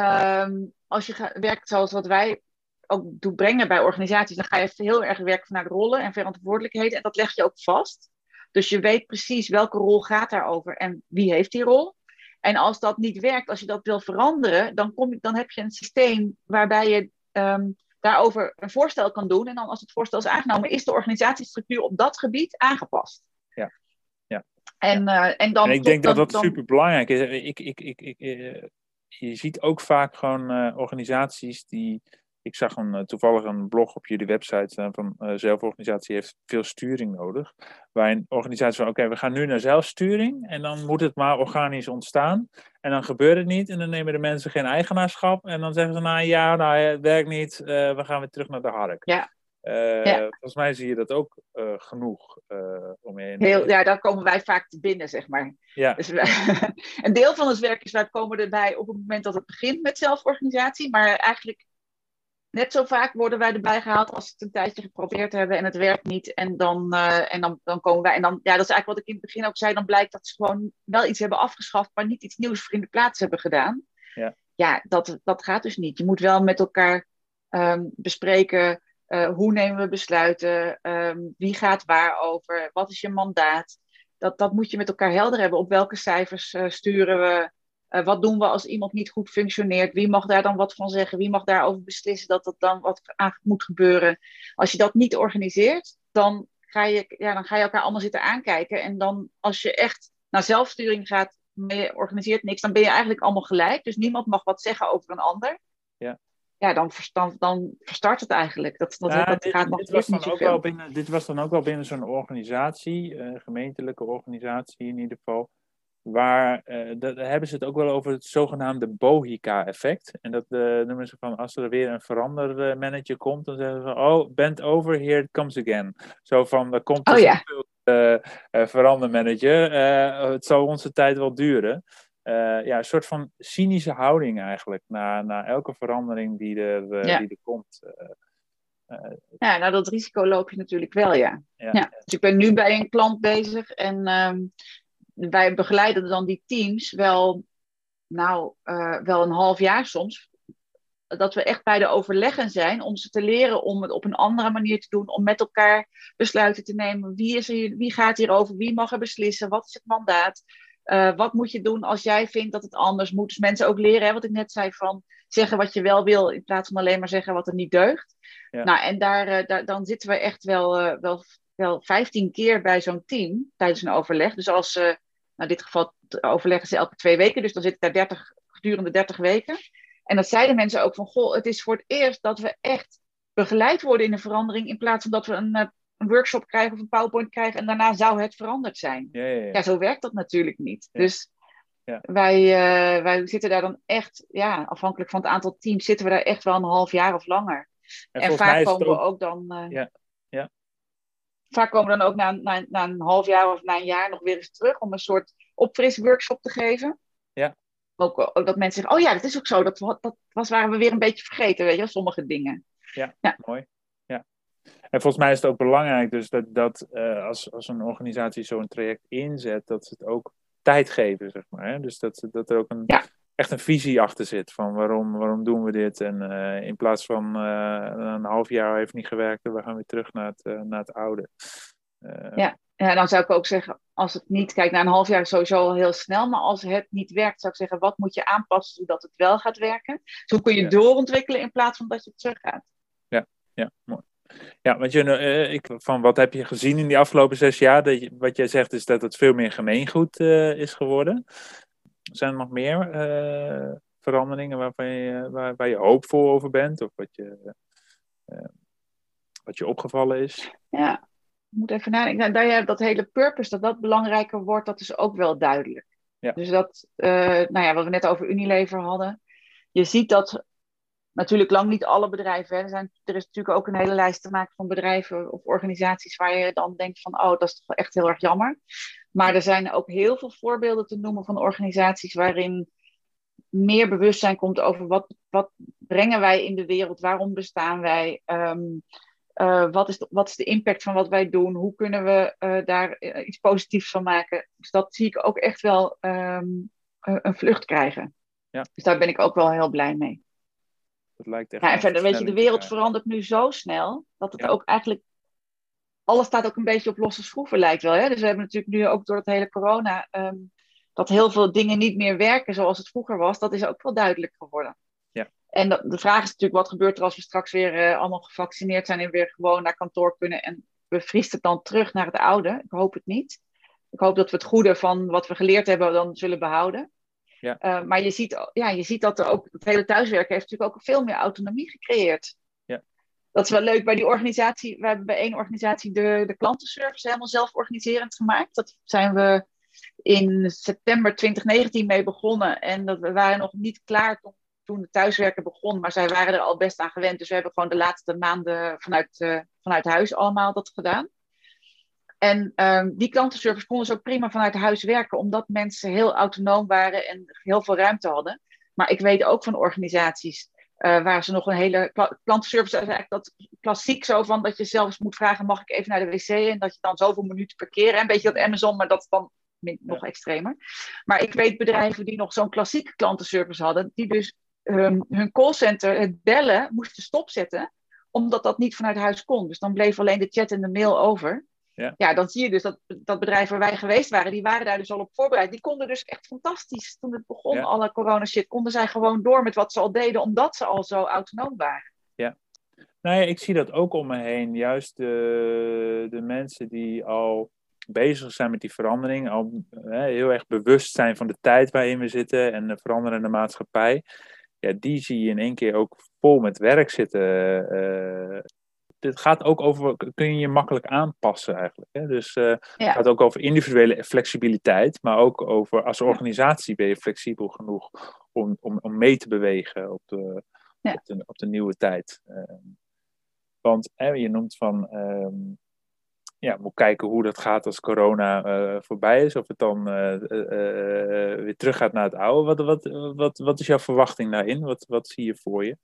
Speaker 2: Um, als je ga, werkt zoals wat wij ook doen brengen bij organisaties, dan ga je heel erg werken vanuit rollen en verantwoordelijkheden en dat leg je ook vast. Dus je weet precies welke rol gaat daarover en wie heeft die rol. En als dat niet werkt, als je dat wil veranderen, dan, kom je, dan heb je een systeem waarbij je um, daarover een voorstel kan doen. En dan als het voorstel is aangenomen, is de organisatiestructuur op dat gebied aangepast.
Speaker 3: Ja. Ja.
Speaker 2: En, ja. Uh, en, dan
Speaker 3: en ik denk
Speaker 2: dan,
Speaker 3: dat dat
Speaker 2: dan,
Speaker 3: super belangrijk is. Ik, ik, ik, ik, uh, je ziet ook vaak gewoon uh, organisaties die... Ik zag een, uh, toevallig een blog op jullie website uh, van uh, zelforganisatie heeft veel sturing nodig. Waar een organisatie van oké, okay, we gaan nu naar zelfsturing en dan moet het maar organisch ontstaan. En dan gebeurt het niet en dan nemen de mensen geen eigenaarschap. En dan zeggen ze nou ja, nou, het werkt niet, uh, we gaan weer terug naar de hark.
Speaker 2: Ja.
Speaker 3: Uh, ja. Volgens mij zie je dat ook uh, genoeg uh, omheen.
Speaker 2: Heel, ja, daar komen wij vaak te binnen, zeg maar.
Speaker 3: Ja.
Speaker 2: Dus wij, een deel van het werk is, wij komen erbij op het moment dat het begint met zelforganisatie. Maar eigenlijk net zo vaak worden wij erbij gehaald als we het een tijdje geprobeerd hebben en het werkt niet. En dan, uh, en dan, dan komen wij. En dan, ja, dat is eigenlijk wat ik in het begin ook zei. Dan blijkt dat ze gewoon wel iets hebben afgeschaft, maar niet iets nieuws voor in de plaats hebben gedaan.
Speaker 3: Ja,
Speaker 2: ja dat, dat gaat dus niet. Je moet wel met elkaar um, bespreken. Uh, hoe nemen we besluiten? Um, wie gaat waar over? Wat is je mandaat? Dat, dat moet je met elkaar helder hebben. Op welke cijfers uh, sturen we? Uh, wat doen we als iemand niet goed functioneert? Wie mag daar dan wat van zeggen? Wie mag daarover beslissen dat er dan wat aan moet gebeuren? Als je dat niet organiseert, dan ga je, ja, dan ga je elkaar allemaal zitten aankijken. En dan als je echt naar zelfsturing gaat, maar je organiseert niks, dan ben je eigenlijk allemaal gelijk. Dus niemand mag wat zeggen over een ander.
Speaker 3: Ja.
Speaker 2: Ja, dan, dan, dan verstart het eigenlijk. Dat, dat,
Speaker 3: ja,
Speaker 2: dat
Speaker 3: dit,
Speaker 2: gaat nog
Speaker 3: dit, was
Speaker 2: niet
Speaker 3: dan ook
Speaker 2: zoveel.
Speaker 3: wel binnen, dit was dan ook wel binnen zo'n organisatie, uh, gemeentelijke organisatie in ieder geval, waar, uh, daar hebben ze het ook wel over het zogenaamde Bohica-effect. En dat uh, noemen ze van, als er weer een verandermanager komt, dan zeggen ze, oh, bend over, here it comes again. Zo van, er komt dus
Speaker 2: oh, ja.
Speaker 3: een uh, uh, verandermanager, uh, het zal onze tijd wel duren. Uh, ja, een soort van cynische houding eigenlijk, na, na elke verandering die er, uh,
Speaker 2: ja.
Speaker 3: die er komt. Uh,
Speaker 2: uh, ja, nou dat risico loop je natuurlijk wel, ja.
Speaker 3: ja.
Speaker 2: ja. Dus ik ben nu bij een klant bezig en um, wij begeleiden dan die teams wel, nou, uh, wel een half jaar soms. Dat we echt bij de overleggen zijn om ze te leren om het op een andere manier te doen, om met elkaar besluiten te nemen. Wie, is er hier, wie gaat hierover? Wie mag er beslissen? Wat is het mandaat? Uh, wat moet je doen als jij vindt dat het anders moet? Dus mensen ook leren, hè, wat ik net zei, van zeggen wat je wel wil in plaats van alleen maar zeggen wat er niet deugt. Ja. Nou, en daar, uh, daar, dan zitten we echt wel, uh, wel, wel vijftien keer bij zo'n team tijdens een overleg. Dus als, uh, nou in dit geval overleggen ze elke twee weken, dus dan zit ik daar dertig, gedurende dertig weken. En dat zeiden mensen ook van, goh, het is voor het eerst dat we echt begeleid worden in een verandering, in plaats van dat we een, een workshop krijgen of een PowerPoint krijgen en daarna zou het veranderd zijn.
Speaker 3: Ja, ja, ja.
Speaker 2: ja zo werkt dat natuurlijk niet.
Speaker 3: Ja.
Speaker 2: Dus ja. wij, uh, wij zitten daar dan echt, ja, afhankelijk van het aantal teams, zitten we daar echt wel een half jaar of langer. En, en vaak komen we ook, ook dan... Uh,
Speaker 3: ja. Ja.
Speaker 2: Vaak komen we dan ook na, na, na een half jaar of na een jaar nog weer eens terug om een soort opfrisworkshop te geven.
Speaker 3: Ja.
Speaker 2: Ook, ook dat mensen zeggen, oh ja, dat is ook zo. Dat, dat was, waren we weer een beetje vergeten, weet je, sommige dingen.
Speaker 3: Ja, ja. Mooi. Ja. En volgens mij is het ook belangrijk dus dat, dat uh, als, als een organisatie zo'n traject inzet, dat ze het ook tijd geven, zeg maar. Hè? Dus dat, dat er ook een, ja. echt een visie achter zit van waarom, waarom doen we dit. En uh, in plaats van uh, een half jaar heeft niet gewerkt en we gaan weer terug naar het, uh, naar het oude.
Speaker 2: Uh, ja. Ja, dan zou ik ook zeggen, als het niet, kijk, na een half jaar is sowieso al heel snel, maar als het niet werkt, zou ik zeggen, wat moet je aanpassen zodat het wel gaat werken? Dus hoe kun je ja. doorontwikkelen in plaats van dat je terug gaat?
Speaker 3: Ja, ja, mooi. Ja, want je, uh, ik, van wat heb je gezien in die afgelopen zes jaar? Dat je, wat jij zegt is dat het veel meer gemeengoed uh, is geworden. Zijn er nog meer uh, veranderingen waarvan je, waar, waar je hoopvol over bent? Of wat je, uh, wat je opgevallen is?
Speaker 2: Ja. Ik moet even nadenken. Nou, dat, dat hele purpose, dat dat belangrijker wordt, dat is ook wel duidelijk.
Speaker 3: Ja.
Speaker 2: Dus dat, uh, nou ja, wat we net over Unilever hadden. Je ziet dat natuurlijk lang niet alle bedrijven. Hè, er, zijn, er is natuurlijk ook een hele lijst te maken van bedrijven of organisaties waar je dan denkt van, oh, dat is toch echt heel erg jammer. Maar er zijn ook heel veel voorbeelden te noemen van organisaties waarin meer bewustzijn komt over wat, wat brengen wij in de wereld, waarom bestaan wij. Um, Uh, wat, is de, wat is de impact van wat wij doen? Hoe kunnen we uh, daar uh, iets positiefs van maken? Dus dat zie ik ook echt wel um, uh, een vlucht krijgen.
Speaker 3: Ja.
Speaker 2: Dus daar ben ik ook wel heel blij mee.
Speaker 3: Dat lijkt echt
Speaker 2: ja, en verder, weet je, de wereld verandert nu zo snel, dat het ja. ook eigenlijk... Alles staat ook een beetje op losse schroeven, lijkt wel. Hè? Dus we hebben natuurlijk nu ook door het hele corona... Um, dat heel veel dingen niet meer werken zoals het vroeger was. Dat is ook wel duidelijk geworden. En de vraag is natuurlijk, wat gebeurt er als we straks weer uh, allemaal gevaccineerd zijn en weer gewoon naar kantoor kunnen en bevriest het dan terug naar het oude? Ik hoop het niet. Ik hoop dat we het goede van wat we geleerd hebben dan zullen behouden.
Speaker 3: Ja.
Speaker 2: Uh, maar je ziet, ja, je ziet dat er ook, het hele thuiswerken heeft natuurlijk ook veel meer autonomie gecreëerd.
Speaker 3: Ja.
Speaker 2: Dat is wel leuk bij die organisatie. We hebben bij één organisatie de, de klantenservice helemaal zelf organiserend gemaakt. Dat zijn we in september twintig negentien mee begonnen. En dat we waren nog niet klaar toen toen het thuiswerken begon, maar zij waren er al best aan gewend. Dus we hebben gewoon de laatste maanden vanuit, uh, vanuit huis allemaal dat gedaan. En um, die klantenservice konden ze ook prima vanuit huis werken, omdat mensen heel autonoom waren en heel veel ruimte hadden. Maar ik weet ook van organisaties uh, waar ze nog een hele kla- klantenservice, eigenlijk dat klassiek zo van dat je zelfs moet vragen, mag ik even naar de wc? En dat je dan zoveel minuten per keer, hè? Een beetje dat Amazon, maar dat is dan nog ja. extremer. Maar ik weet bedrijven die nog zo'n klassieke klantenservice hadden, die dus Hun, hun callcenter, het bellen, moesten stopzetten, omdat dat niet vanuit huis kon. Dus dan bleef alleen de chat en de mail over.
Speaker 3: Ja,
Speaker 2: ja dan zie je dus dat, dat bedrijven waar wij geweest waren, die waren daar dus al op voorbereid. Die konden dus echt fantastisch, toen het begon, ja. alle corona shit, konden zij gewoon door met wat ze al deden, omdat ze al zo autonoom waren.
Speaker 3: Ja, nou ja, ik zie dat ook om me heen. Juist de, de mensen die al bezig zijn met die verandering, al hè, heel erg bewust zijn van de tijd waarin we zitten en de veranderende maatschappij. Ja, die zie je in één keer ook vol met werk zitten. Uh, het gaat ook over, kun je je makkelijk aanpassen eigenlijk. Hè? Dus uh, ja. het gaat ook over individuele flexibiliteit, maar ook over als organisatie ben je flexibel genoeg om, om, om mee te bewegen op de, ja. op de, op de nieuwe tijd. Uh, want hè, je noemt van, um, ja, moet kijken hoe dat gaat als corona uh, voorbij is. Of het dan uh, uh, uh, weer terug gaat naar het oude. Wat, wat, wat, wat is jouw verwachting daarin? Wat, wat zie je voor je?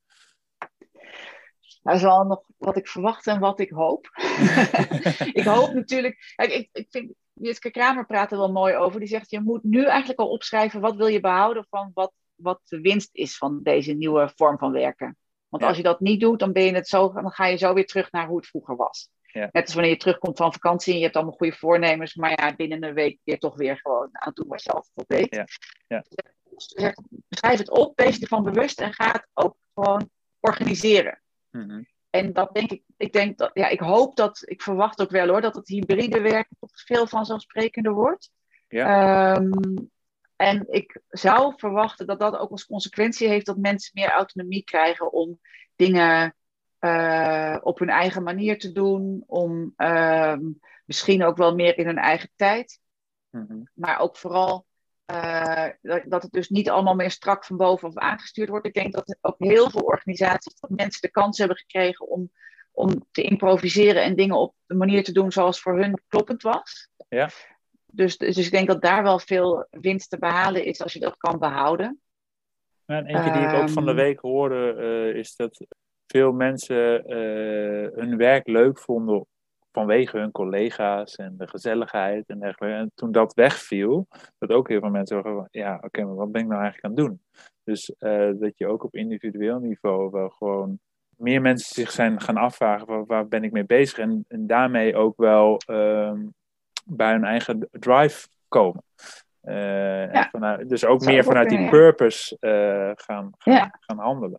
Speaker 2: Dat is wel nog wat ik verwacht en wat ik hoop. Ik hoop natuurlijk... Ik, ik vind Jitske Kramer praat er wel mooi over. Die zegt, je moet nu eigenlijk al opschrijven wat wil je behouden van wat, wat de winst is van deze nieuwe vorm van werken. Want ja. als je dat niet doet, dan, ben je het zo, dan ga je zo weer terug naar hoe het vroeger was.
Speaker 3: Ja.
Speaker 2: Net als wanneer je terugkomt van vakantie en je hebt allemaal goede voornemens, maar ja, binnen een week weer toch weer gewoon aan het doen wat je altijd al deed.
Speaker 3: Ja. Ja.
Speaker 2: Dus schrijf het op, wees ervan bewust en ga het ook gewoon organiseren.
Speaker 3: Mm-hmm.
Speaker 2: En dat denk ik, ik denk dat, ja, ik hoop dat, ik verwacht ook wel hoor, dat het hybride werken toch veel vanzelfsprekender wordt.
Speaker 3: Ja.
Speaker 2: Um, en ik zou verwachten dat dat ook als consequentie heeft dat mensen meer autonomie krijgen om dingen uh, op hun eigen manier te doen, om uh, misschien ook wel meer in hun eigen tijd.
Speaker 3: Mm-hmm.
Speaker 2: Maar ook vooral uh, dat, dat het dus niet allemaal meer strak van bovenaf aangestuurd wordt. Ik denk dat ook heel veel organisaties, dat mensen de kans hebben gekregen om, om te improviseren en dingen op de manier te doen zoals voor hun kloppend was.
Speaker 3: Ja.
Speaker 2: Dus, dus ik denk dat daar wel veel winst te behalen is als je dat kan behouden.
Speaker 3: En eentje die ik ook van de week hoorde uh, is dat veel mensen uh, hun werk leuk vonden vanwege hun collega's en de gezelligheid en dergelijke. En toen dat wegviel, dat ook heel veel mensen zeggen van, ja, oké, okay, maar wat ben ik nou eigenlijk aan het doen? Dus uh, dat je ook op individueel niveau wel gewoon meer mensen zich zijn gaan afvragen van, waar ben ik mee bezig? En, en daarmee ook wel um, bij hun eigen drive komen. Uh,
Speaker 2: ja.
Speaker 3: vanuit, dus ook meer vanuit die purpose uh, gaan, gaan,
Speaker 2: ja.
Speaker 3: gaan handelen.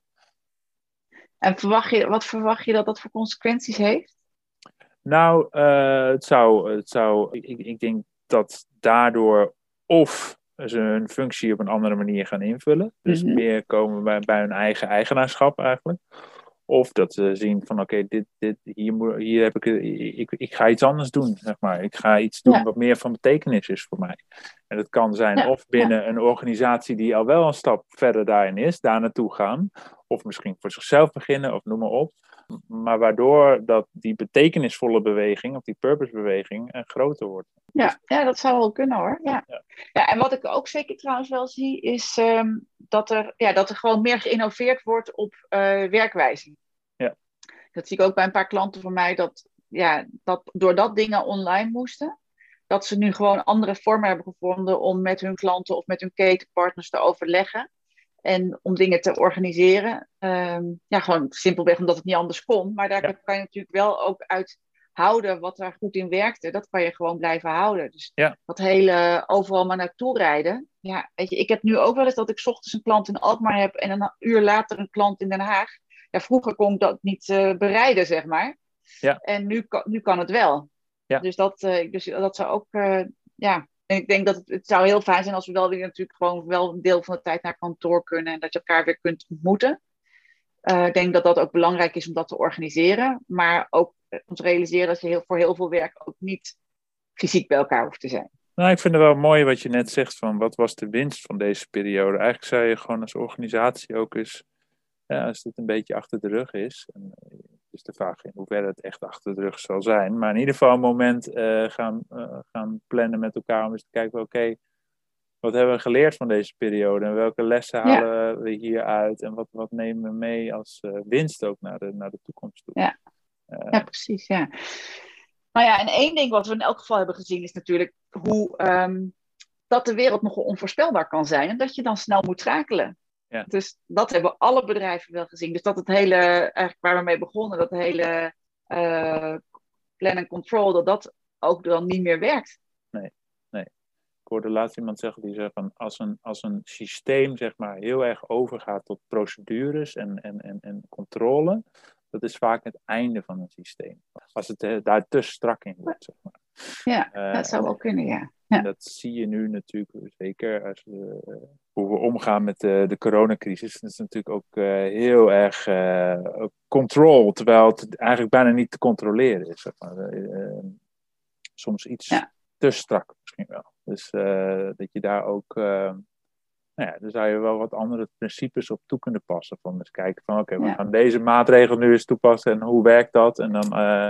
Speaker 2: En verwacht je, wat verwacht je dat dat voor consequenties heeft?
Speaker 3: Nou, uh, het zou, het zou ik, ik denk dat daardoor of ze hun functie op een andere manier gaan invullen. Dus mm-hmm. meer komen bij, bij hun eigen eigenaarschap eigenlijk. Of dat ze zien van oké, okay, dit, dit, hier, hier heb ik, ik, ik ga iets anders doen, zeg maar. Ik ga iets doen ja. wat meer van betekenis is voor mij. En dat kan zijn ja. of binnen ja. een organisatie die al wel een stap verder daarin is, daar naartoe gaan. Of misschien voor zichzelf beginnen, of noem maar op. Maar waardoor dat die betekenisvolle beweging, of die purpose-beweging, uh, groter wordt.
Speaker 2: Ja, ja, dat zou wel kunnen hoor. Ja. Ja. Ja, en wat ik ook zeker trouwens wel zie, is um, dat, er, ja, dat er gewoon meer geïnnoveerd wordt op uh, werkwijze.
Speaker 3: Ja.
Speaker 2: Dat zie ik ook bij een paar klanten van mij, dat, ja, dat doordat dingen online moesten, dat ze nu gewoon andere vormen hebben gevonden om met hun klanten of met hun ketenpartners te overleggen. En om dingen te organiseren. Um, ja, gewoon simpelweg omdat het niet anders kon. Maar daar ja. kan je natuurlijk wel ook uit houden wat daar goed in werkte. Dat kan je gewoon blijven houden. Dus
Speaker 3: ja.
Speaker 2: dat hele overal maar naartoe rijden. Ja, weet je, ik heb nu ook wel eens dat ik 's ochtends een klant in Alkmaar heb en een uur later een klant in Den Haag. Ja, vroeger kon ik dat niet uh, bereiden, zeg maar.
Speaker 3: Ja.
Speaker 2: En nu, nu kan het wel.
Speaker 3: Ja.
Speaker 2: Dus, dat, uh, dus dat zou ook... Uh, ja. En ik denk dat het, het zou heel fijn zijn als we wel weer natuurlijk gewoon wel een deel van de tijd naar kantoor kunnen en dat je elkaar weer kunt ontmoeten. Uh, ik denk dat dat ook belangrijk is om dat te organiseren. Maar ook uh, ons realiseren dat je heel, voor heel veel werk ook niet fysiek bij elkaar hoeft te zijn.
Speaker 3: Nou, ik vind het wel mooi wat je net zegt van wat was de winst van deze periode. Eigenlijk zou je gewoon als organisatie ook eens, ja, als dit een beetje achter de rug is. En, is de vraag in hoeverre het echt achter de rug zal zijn. Maar in ieder geval een moment uh, gaan, uh, gaan plannen met elkaar om eens te kijken, oké, okay, wat hebben we geleerd van deze periode? En welke lessen halen ja. we hieruit? En wat, wat nemen we mee als uh, winst ook naar de, naar de toekomst toe?
Speaker 2: Ja. Uh, ja, precies, ja. Nou ja, en één ding wat we in elk geval hebben gezien is natuurlijk hoe um, dat de wereld nogal onvoorspelbaar kan zijn en dat je dan snel moet schakelen.
Speaker 3: Ja.
Speaker 2: Dus dat hebben alle bedrijven wel gezien. Dus dat het hele, eigenlijk waar we mee begonnen, dat hele uh, plan and control, dat dat ook dan niet meer werkt.
Speaker 3: Nee, nee. Ik hoorde laatst iemand zeggen, die zei van, als een, als een systeem zeg maar heel erg overgaat tot procedures en, en, en, en controle, dat is vaak het einde van een systeem. Als het uh, daar te strak in wordt, zeg maar.
Speaker 2: Ja, uh, dat zou wel kunnen, ja. ja.
Speaker 3: Dat zie je nu natuurlijk zeker als we, uh, hoe we omgaan met de, de coronacrisis. Dat is natuurlijk ook uh, heel erg uh, control, terwijl het eigenlijk bijna niet te controleren is. Zeg maar. uh, soms iets ja. te strak misschien wel. Dus uh, dat je daar ook... Uh, nou ja, daar zou je wel wat andere principes op toe kunnen passen. Van eens kijken van oké, okay, we ja. gaan deze maatregel nu eens toepassen en hoe werkt dat? En dan, uh,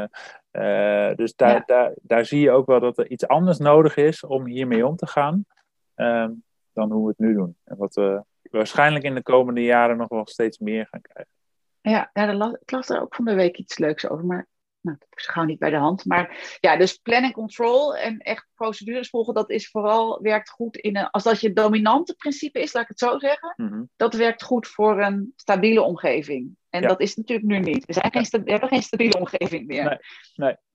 Speaker 3: uh, dus daar, ja. daar, daar zie je ook wel dat er iets anders nodig is om hiermee om te gaan uh, dan hoe we het nu doen. En wat we waarschijnlijk in de komende jaren nog wel steeds meer gaan krijgen.
Speaker 2: Ja, ja la- ik las er ook van de week iets leuks over, maar nou, dat is gauw niet bij de hand. Maar ja, dus plan and control en echt procedures volgen, dat is vooral, werkt goed in een, als dat je dominante principe is, laat ik het zo zeggen,
Speaker 3: mm-hmm.
Speaker 2: dat werkt goed voor een stabiele omgeving. En ja. dat is natuurlijk nu niet. We, zijn geen sta- we hebben geen stabiele omgeving meer.
Speaker 3: Nee, nee. nee, dus
Speaker 2: en
Speaker 3: de
Speaker 2: dan,
Speaker 3: noodzaak
Speaker 2: en
Speaker 3: wordt
Speaker 2: het
Speaker 3: er
Speaker 2: is
Speaker 3: gewoon
Speaker 2: wel
Speaker 3: steeds
Speaker 2: goed.
Speaker 3: groter.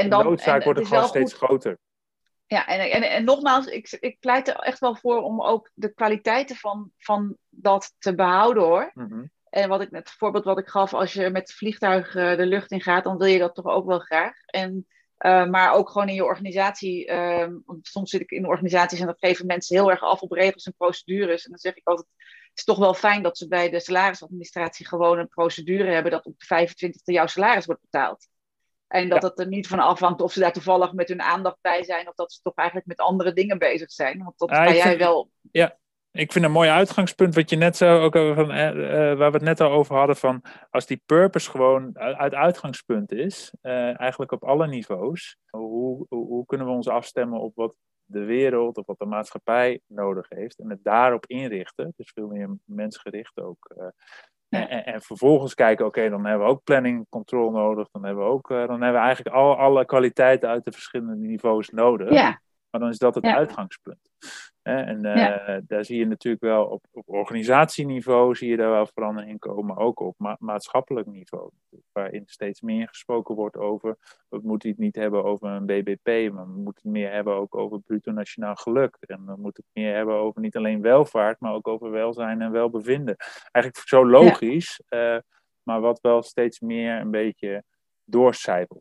Speaker 2: Ja, en, en, en nogmaals, ik, ik pleit er echt wel voor om ook de kwaliteiten van, van dat te behouden, hoor.
Speaker 3: Mm-hmm.
Speaker 2: En wat ik net, het voorbeeld wat ik gaf, als je met het vliegtuig uh, de lucht in gaat, dan wil je dat toch ook wel graag. En, uh, maar ook gewoon in je organisatie. Uh, want soms zit ik in organisaties en dat geven mensen heel erg af op regels en procedures. En dan zeg ik altijd, het is toch wel fijn dat ze bij de salarisadministratie gewoon een procedure hebben dat op de vijfentwintigste jouw salaris wordt betaald. En dat
Speaker 3: Ja.
Speaker 2: het er niet van afhangt of ze daar toevallig met hun aandacht bij zijn, of dat ze toch eigenlijk met andere dingen bezig zijn. Want dat
Speaker 3: Ah,
Speaker 2: ga
Speaker 3: ik
Speaker 2: jij
Speaker 3: vind,
Speaker 2: wel.
Speaker 3: Ja, ik vind een mooi uitgangspunt wat je net zo ook over van, uh, waar we het net al over hadden, van als die purpose gewoon uit uitgangspunt is, uh, eigenlijk op alle niveaus, hoe, hoe, hoe kunnen we ons afstemmen op wat de wereld of wat de maatschappij nodig heeft en het daarop inrichten, dus veel meer mensgericht ook. Uh, Ja. En, en vervolgens kijken, oké, okay, dan hebben we ook planning control nodig. Dan hebben we ook, uh, dan hebben we eigenlijk al, alle kwaliteiten uit de verschillende niveaus nodig.
Speaker 2: Ja.
Speaker 3: Maar dan is dat het ja. uitgangspunt. Eh, en uh, ja. daar zie je natuurlijk wel op, op organisatieniveau zie je daar wel verandering in komen. Maar ook op ma- maatschappelijk niveau. Waarin steeds meer gesproken wordt over, we moeten het niet hebben over een B B P. Maar we moeten het meer hebben ook over bruto nationaal geluk. En we moeten het meer hebben over niet alleen welvaart, maar ook over welzijn en welbevinden. Eigenlijk zo logisch, ja. uh, maar wat wel steeds meer een beetje doorcijpelt.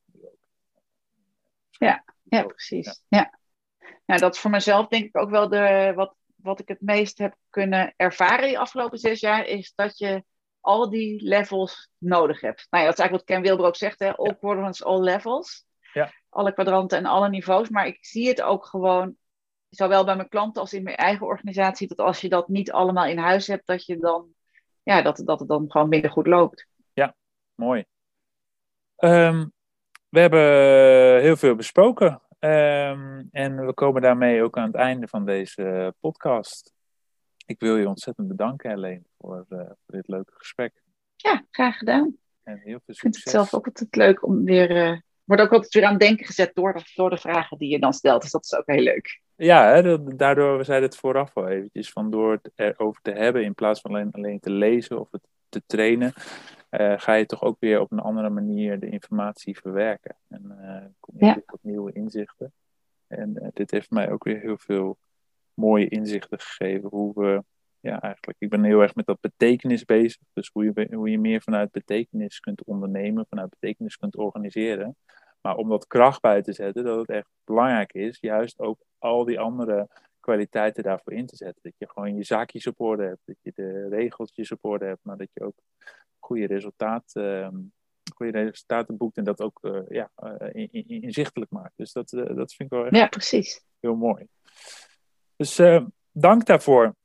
Speaker 2: Ja, ja, precies. Ja. Ja. Nou, dat is voor mezelf denk ik ook wel de, wat, wat ik het meest heb kunnen ervaren die afgelopen zes jaar, is dat je al die levels nodig hebt. Nou ja, dat is eigenlijk wat Ken Wilber ook zegt, hè? All ja. quadrants, all levels.
Speaker 3: Ja.
Speaker 2: Alle kwadranten en alle niveaus. Maar ik zie het ook gewoon, zowel bij mijn klanten als in mijn eigen organisatie, dat als je dat niet allemaal in huis hebt, dat je dan, ja, dat, dat het dan gewoon minder goed loopt.
Speaker 3: Ja, mooi. Um, we hebben heel veel besproken. Um, en we komen daarmee ook aan het einde van deze podcast. Ik wil je ontzettend bedanken, Helene, voor, uh, voor dit leuke gesprek.
Speaker 2: Ja, graag gedaan.
Speaker 3: En heel veel succes.
Speaker 2: Ik vind het zelf ook altijd leuk om weer... Uh, wordt ook altijd weer aan het denken gezet door de, door de vragen die je dan stelt. Dus dat is ook heel leuk.
Speaker 3: Ja, hè, daardoor, we zeiden het vooraf al eventjes, van door het erover te hebben in plaats van alleen, alleen te lezen of het te trainen, uh, ga je toch ook weer op een andere manier de informatie verwerken. En uh, kom je ja. tot nieuwe inzichten. En uh, dit heeft mij ook weer heel veel mooie inzichten gegeven. Hoe we, ja eigenlijk, ik ben heel erg met dat betekenis bezig. Dus hoe je, hoe je meer vanuit betekenis kunt ondernemen, vanuit betekenis kunt organiseren. Maar om dat kracht bij te zetten, dat het echt belangrijk is, juist ook al die andere kwaliteiten daarvoor in te zetten. Dat je gewoon je zaakjes op orde hebt, dat je de regeltjes op orde hebt, maar dat je ook goede resultaten, um, goede resultaten boekt en dat ook uh, ja, uh, in, in, inzichtelijk maakt. Dus dat, uh, dat vind ik wel echt
Speaker 2: ja, precies.
Speaker 3: heel mooi. Dus uh, dank daarvoor.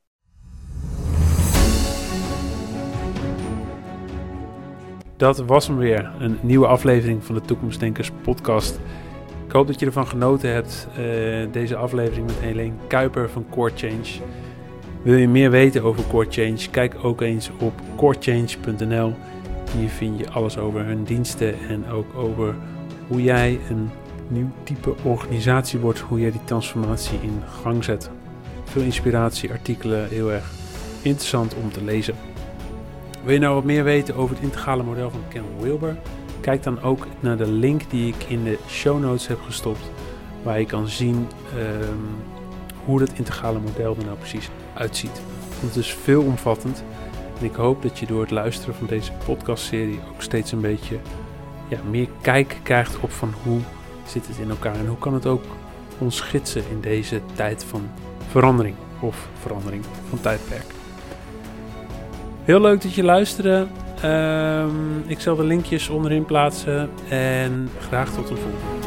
Speaker 1: Dat was hem weer, een nieuwe aflevering van de Toekomstdenkers podcast. Ik hoop dat je ervan genoten hebt, uh, deze aflevering met Helene Kuiper van Core Change. Wil je meer weten over Core Change? Kijk ook eens op core change punt n l. Hier vind je alles over hun diensten en ook over hoe jij een nieuw type organisatie wordt, hoe jij die transformatie in gang zet. Veel inspiratie, artikelen, heel erg interessant om te lezen. Wil je nou wat meer weten over het integrale model van Ken Wilber? Kijk dan ook naar de link die ik in de show notes heb gestopt, waar je kan zien um, hoe dat integrale model er nou precies uitziet. Want het is veelomvattend en ik hoop dat je door het luisteren van deze podcastserie ook steeds een beetje ja, meer kijk krijgt op van hoe zit het in elkaar en hoe kan het ook ons gidsen in deze tijd van verandering of verandering van tijdperk. Heel leuk dat je luisterde. Um, ik zal de linkjes onderin plaatsen en graag tot de volgende.